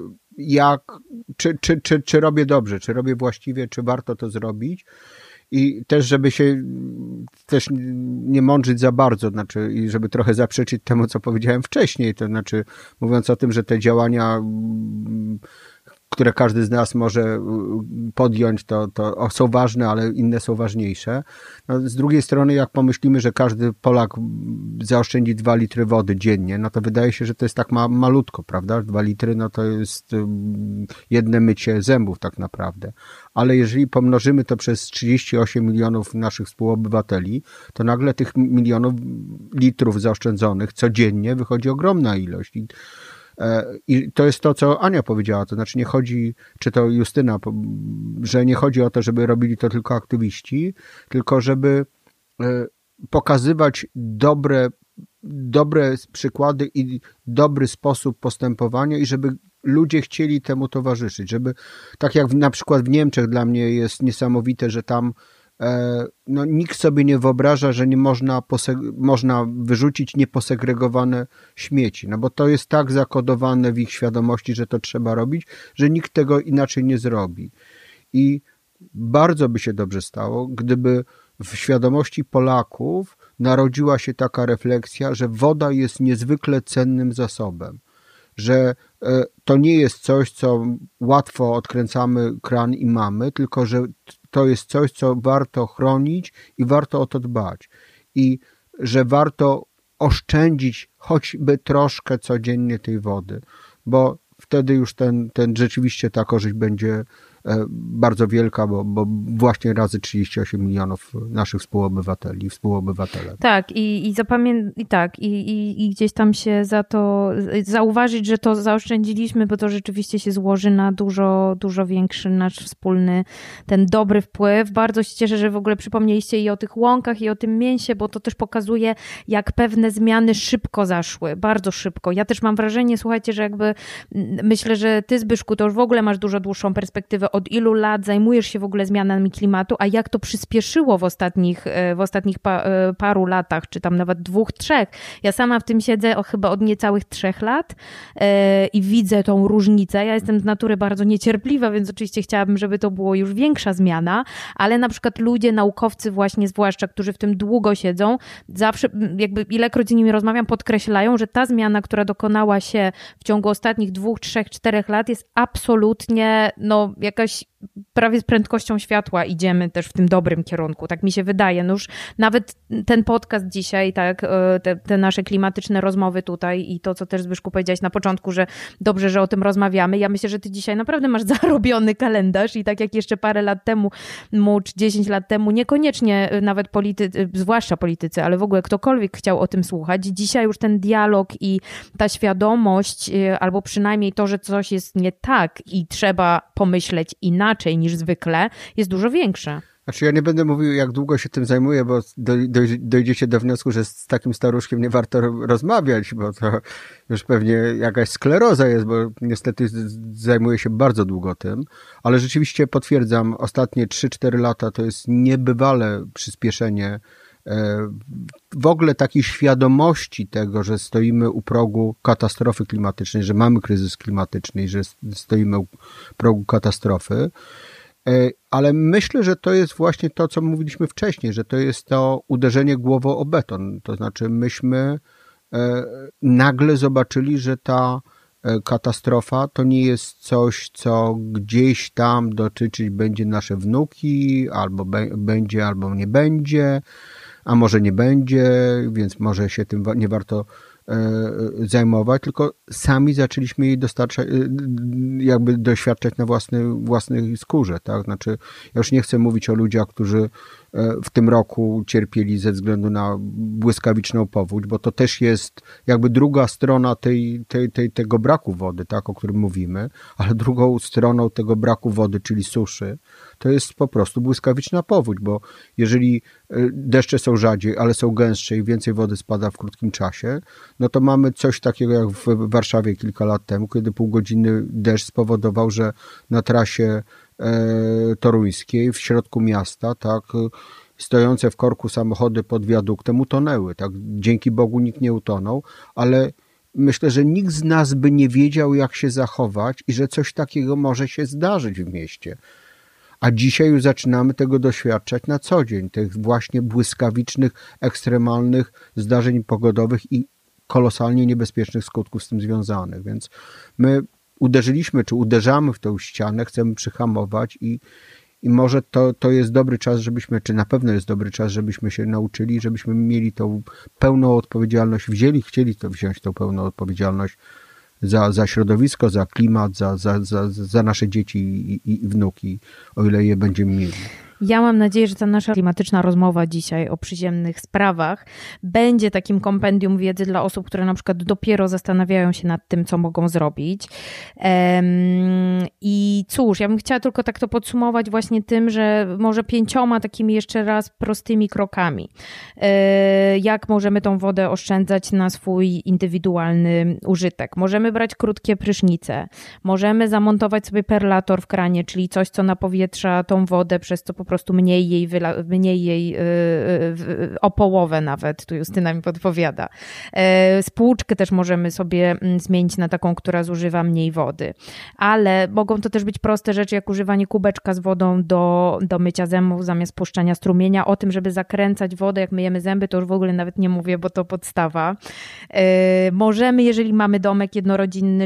Speaker 3: czy robię dobrze, czy robię właściwie, czy warto to zrobić. I też, żeby się też nie mądrzyć za bardzo, znaczy, i żeby trochę zaprzeczyć temu, co powiedziałem wcześniej, to znaczy mówiąc o tym, że te działania, które każdy z nas może podjąć, to są ważne, ale inne są ważniejsze. No, z drugiej strony, jak pomyślimy, że każdy Polak zaoszczędzi 2 litry wody dziennie, no to wydaje się, że to jest tak malutko, prawda? 2 litry, no to jest jedne mycie zębów tak naprawdę. Ale jeżeli pomnożymy to przez 38 milionów naszych współobywateli, to nagle tych milionów litrów zaoszczędzonych codziennie wychodzi ogromna ilość. I to jest to, co Ania powiedziała, to znaczy nie chodzi, czy to Justyna, że nie chodzi o to, żeby robili to tylko aktywiści, tylko żeby pokazywać dobre przykłady i dobry sposób postępowania i żeby ludzie chcieli temu towarzyszyć, żeby, tak jak na przykład w Niemczech dla mnie jest niesamowite, że tam no, nikt sobie nie wyobraża, że nie można wyrzucić nieposegregowane śmieci, no bo to jest tak zakodowane w ich świadomości, że to trzeba robić, że nikt tego inaczej nie zrobi. I bardzo by się dobrze stało, gdyby w świadomości Polaków narodziła się taka refleksja, że woda jest niezwykle cennym zasobem, że to nie jest coś, co łatwo odkręcamy kran i mamy, tylko że to jest coś, co warto chronić i warto o to dbać. I że warto oszczędzić choćby troszkę codziennie tej wody, bo wtedy już rzeczywiście ta korzyść będzie bardzo wielka, bo właśnie razy 38 milionów naszych współobywatele.
Speaker 1: Tak, i gdzieś tam się za to zauważyć, że to zaoszczędziliśmy, bo to rzeczywiście się złoży na dużo, dużo większy nasz wspólny, ten dobry wpływ. Bardzo się cieszę, że w ogóle przypomnieliście i o tych łąkach, i o tym mięsie, bo to też pokazuje, jak pewne zmiany szybko zaszły, bardzo szybko. Ja też mam wrażenie, słuchajcie, że jakby myślę, że ty, Zbyszku, to już w ogóle masz dużo dłuższą perspektywę, od ilu lat zajmujesz się w ogóle zmianami klimatu, a jak to przyspieszyło w ostatnich paru latach, czy tam nawet 2, 3. Ja sama w tym siedzę chyba od niecałych 3 lat i widzę tą różnicę. Ja jestem z natury bardzo niecierpliwa, więc oczywiście chciałabym, żeby to było już większa zmiana, ale na przykład ludzie, naukowcy właśnie zwłaszcza, którzy w tym długo siedzą, zawsze jakby ilekroć z nimi rozmawiam, podkreślają, że ta zmiana, która dokonała się w ciągu ostatnich 2, 3, 4 lat jest absolutnie jakaś prawie z prędkością światła idziemy też w tym dobrym kierunku, tak mi się wydaje. No już nawet ten podcast dzisiaj, tak, te nasze klimatyczne rozmowy tutaj i to, co też Zbyszku powiedziałeś na początku, że dobrze, że o tym rozmawiamy. Ja myślę, że ty dzisiaj naprawdę masz zarobiony kalendarz i tak jak jeszcze parę lat temu, czy 10 lat temu, niekoniecznie nawet zwłaszcza politycy, ale w ogóle ktokolwiek chciał o tym słuchać. Dzisiaj już ten dialog i ta świadomość, albo przynajmniej to, że coś jest nie tak i trzeba pomyśleć inaczej niż zwykle, jest dużo większa.
Speaker 3: Znaczy ja nie będę mówił, jak długo się tym zajmuję, bo dojdziecie do wniosku, że z takim staruszkiem nie warto rozmawiać, bo to już pewnie jakaś skleroza jest, bo niestety zajmuję się bardzo długo tym, ale rzeczywiście potwierdzam, ostatnie 3-4 lata to jest niebywale przyspieszenie w ogóle takiej świadomości tego, że stoimy u progu katastrofy klimatycznej, że mamy kryzys klimatyczny i że stoimy u progu katastrofy. Ale myślę, że to jest właśnie to, co mówiliśmy wcześniej, że to jest to uderzenie głową o beton. To znaczy myśmy nagle zobaczyli, że ta katastrofa to nie jest coś, co gdzieś tam dotyczyć będzie nasze wnuki, albo będzie, albo nie będzie, a może nie będzie, więc może się tym nie warto zajmować, tylko sami zaczęliśmy jej jakby doświadczać na własnej skórze, tak? Znaczy, ja już nie chcę mówić o ludziach, którzy w tym roku cierpieli ze względu na błyskawiczną powódź, bo to też jest jakby druga strona tego braku wody, tak, o którym mówimy, ale drugą stroną tego braku wody, czyli suszy, to jest po prostu błyskawiczna powódź, bo jeżeli deszcze są rzadziej, ale są gęstsze i więcej wody spada w krótkim czasie, no to mamy coś takiego jak w Warszawie kilka lat temu, kiedy półgodzinny deszcz spowodował, że na trasie toruńskiej w środku miasta, tak, stojące w korku samochody pod wiaduktem utonęły, tak, dzięki Bogu nikt nie utonął, ale myślę, że nikt z nas by nie wiedział, jak się zachować i że coś takiego może się zdarzyć w mieście. A dzisiaj już zaczynamy tego doświadczać na co dzień, tych właśnie błyskawicznych, ekstremalnych zdarzeń pogodowych i kolosalnie niebezpiecznych skutków z tym związanych. Więc my uderzyliśmy, czy uderzamy w tą ścianę, chcemy przyhamować i może to jest dobry czas, żebyśmy, czy na pewno jest dobry czas, żebyśmy się nauczyli, żebyśmy mieli tą pełną odpowiedzialność, chcieli wziąć tą pełną odpowiedzialność za środowisko, za klimat, za nasze dzieci i wnuki, o ile je będziemy mieli.
Speaker 1: Ja mam nadzieję, że ta nasza klimatyczna rozmowa dzisiaj o przyziemnych sprawach będzie takim kompendium wiedzy dla osób, które na przykład dopiero zastanawiają się nad tym, co mogą zrobić. I cóż, ja bym chciała tylko tak to podsumować właśnie tym, że może 5 takimi jeszcze raz prostymi krokami. Jak możemy tą wodę oszczędzać na swój indywidualny użytek. Możemy brać krótkie prysznice. Możemy zamontować sobie perlator w kranie, czyli coś, co napowietrza tą wodę, przez co po prostu mniej jej o połowę nawet, tu Justyna mi podpowiada. Spłuczkę też możemy sobie zmienić na taką, która zużywa mniej wody. Ale mogą to też być proste rzeczy, jak używanie kubeczka z wodą do mycia zębów zamiast puszczania strumienia. O tym, żeby zakręcać wodę, jak myjemy zęby, to już w ogóle nawet nie mówię, bo to podstawa. Możemy, jeżeli mamy domek jednorodzinny,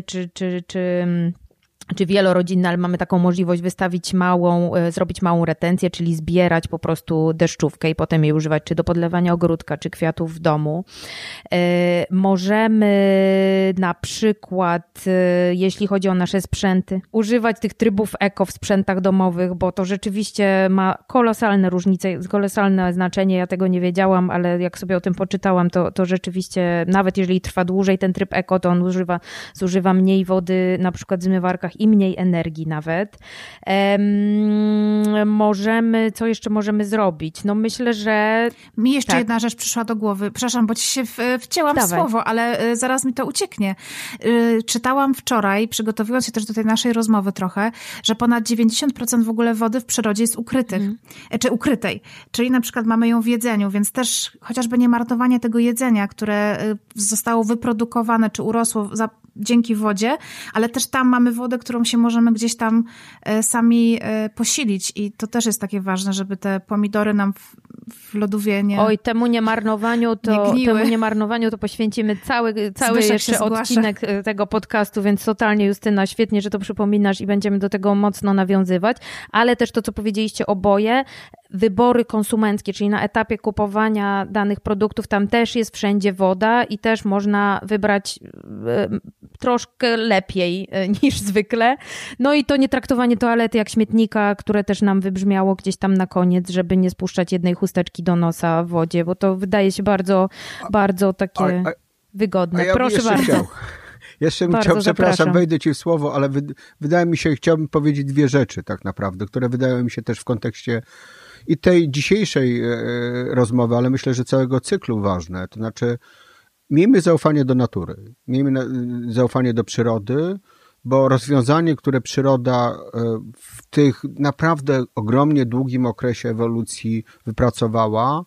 Speaker 1: czy wielorodzinny, ale mamy taką możliwość zrobić małą retencję, czyli zbierać po prostu deszczówkę i potem jej używać czy do podlewania ogródka, czy kwiatów w domu. Możemy na przykład, jeśli chodzi o nasze sprzęty, używać tych trybów eko w sprzętach domowych, bo to rzeczywiście ma kolosalne różnice, kolosalne znaczenie. Ja tego nie wiedziałam, ale jak sobie o tym poczytałam, to rzeczywiście, nawet jeżeli trwa dłużej ten tryb eko, to on zużywa mniej wody, na przykład w zmywarkach i mniej energii nawet. Co jeszcze możemy zrobić? No myślę, że...
Speaker 2: Mi jeszcze jedna rzecz przyszła do głowy. Przepraszam, bo ci się wcięłam w słowo, ale zaraz mi to ucieknie. Czytałam wczoraj, przygotowując się też do tej naszej rozmowy trochę, że ponad 90% w ogóle wody w przyrodzie jest ukrytych, czy ukrytej. Czyli na przykład mamy ją w jedzeniu, więc też chociażby nie marnowanie tego jedzenia, które zostało wyprodukowane, czy urosło dzięki wodzie, ale też tam mamy wodę, którą się możemy gdzieś tam sami posilić i to też jest takie ważne, żeby te pomidory nam w lodówie nie...
Speaker 1: Oj, temu niemarnowaniu to poświęcimy cały jeszcze odcinek tego podcastu, więc totalnie, Justyna, świetnie, że to przypominasz i będziemy do tego mocno nawiązywać, ale też to, co powiedzieliście oboje, wybory konsumenckie, czyli na etapie kupowania danych produktów, tam też jest wszędzie woda i też można wybrać troszkę lepiej niż zwykle. No i to nie traktowanie toalety jak śmietnika, które też nam wybrzmiało gdzieś tam na koniec, żeby nie spuszczać jednej chusteczki do nosa w wodzie, bo to wydaje się bardzo, bardzo takie wygodne. Proszę bardzo.
Speaker 3: Jeszcze bym chciał, przepraszam, wejdę ci w słowo, ale wydaje mi się, chciałbym powiedzieć 2 rzeczy tak naprawdę, które wydają mi się też w kontekście i tej dzisiejszej rozmowy, ale myślę, że całego cyklu ważne. To znaczy, miejmy zaufanie do natury, miejmy zaufanie do przyrody, bo rozwiązanie, które przyroda w tych naprawdę ogromnie długim okresie ewolucji wypracowała,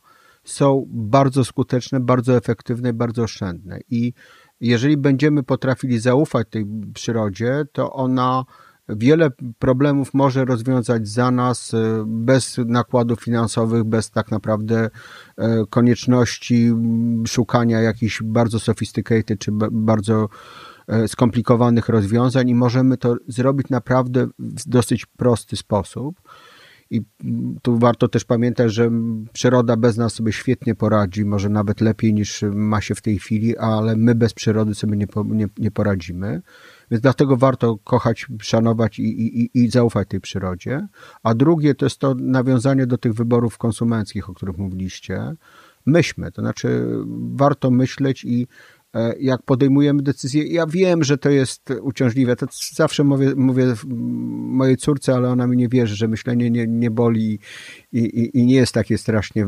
Speaker 3: są bardzo skuteczne, bardzo efektywne, bardzo oszczędne. I jeżeli będziemy potrafili zaufać tej przyrodzie, to ona wiele problemów może rozwiązać za nas bez nakładów finansowych, bez tak naprawdę konieczności szukania jakichś bardzo sophisticated czy bardzo skomplikowanych rozwiązań i możemy to zrobić naprawdę w dosyć prosty sposób. I tu warto też pamiętać, że przyroda bez nas sobie świetnie poradzi, może nawet lepiej niż ma się w tej chwili, ale my bez przyrody sobie nie poradzimy. Więc dlatego warto kochać, szanować i zaufać tej przyrodzie. A drugie to jest to nawiązanie do tych wyborów konsumenckich, o których mówiliście. Myślmy, to znaczy warto myśleć i jak podejmujemy decyzje, ja wiem, że to jest uciążliwe, to zawsze mówię mojej córce, ale ona mi nie wierzy, że myślenie nie boli i nie jest takie strasznie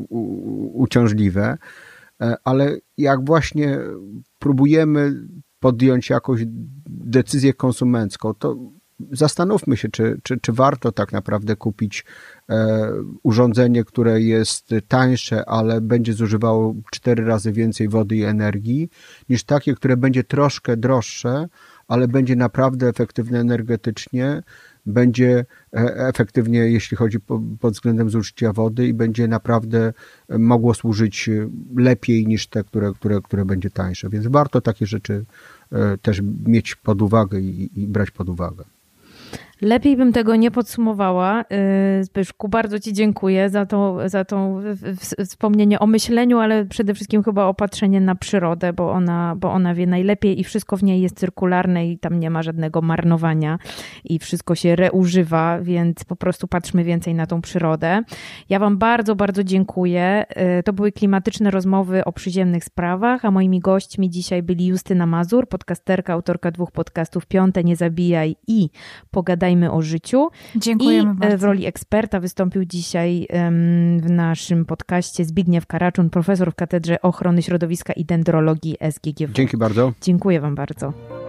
Speaker 3: uciążliwe, ale jak właśnie próbujemy podjąć jakąś decyzję konsumencką, to zastanówmy się, czy warto tak naprawdę kupić urządzenie, które jest tańsze, ale będzie zużywało 4 razy więcej wody i energii, niż takie, które będzie troszkę droższe, ale będzie naprawdę efektywne energetycznie, będzie efektywnie, jeśli chodzi pod względem zużycia wody i będzie naprawdę mogło służyć lepiej niż te, które będzie tańsze. Więc warto takie rzeczy też mieć pod uwagę i brać pod uwagę.
Speaker 1: Lepiej bym tego nie podsumowała. Zbyszku, bardzo Ci dziękuję za to wspomnienie o myśleniu, ale przede wszystkim chyba o patrzeniu na przyrodę, bo ona wie najlepiej i wszystko w niej jest cyrkularne i tam nie ma żadnego marnowania i wszystko się reużywa, więc po prostu patrzmy więcej na tą przyrodę. Ja Wam bardzo, bardzo dziękuję. To były klimatyczne rozmowy o przyziemnych sprawach, a moimi gośćmi dzisiaj byli Justyna Mazur, podcasterka, autorka 2 podcastów Piąte, Nie zabijaj i Pogadajmy o życiu.
Speaker 2: Dziękujemy bardzo.
Speaker 1: W roli eksperta wystąpił dzisiaj w naszym podcaście Zbigniew Karaczun, profesor w Katedrze Ochrony Środowiska i Dendrologii SGGW.
Speaker 3: Dzięki bardzo.
Speaker 1: Dziękuję Wam bardzo.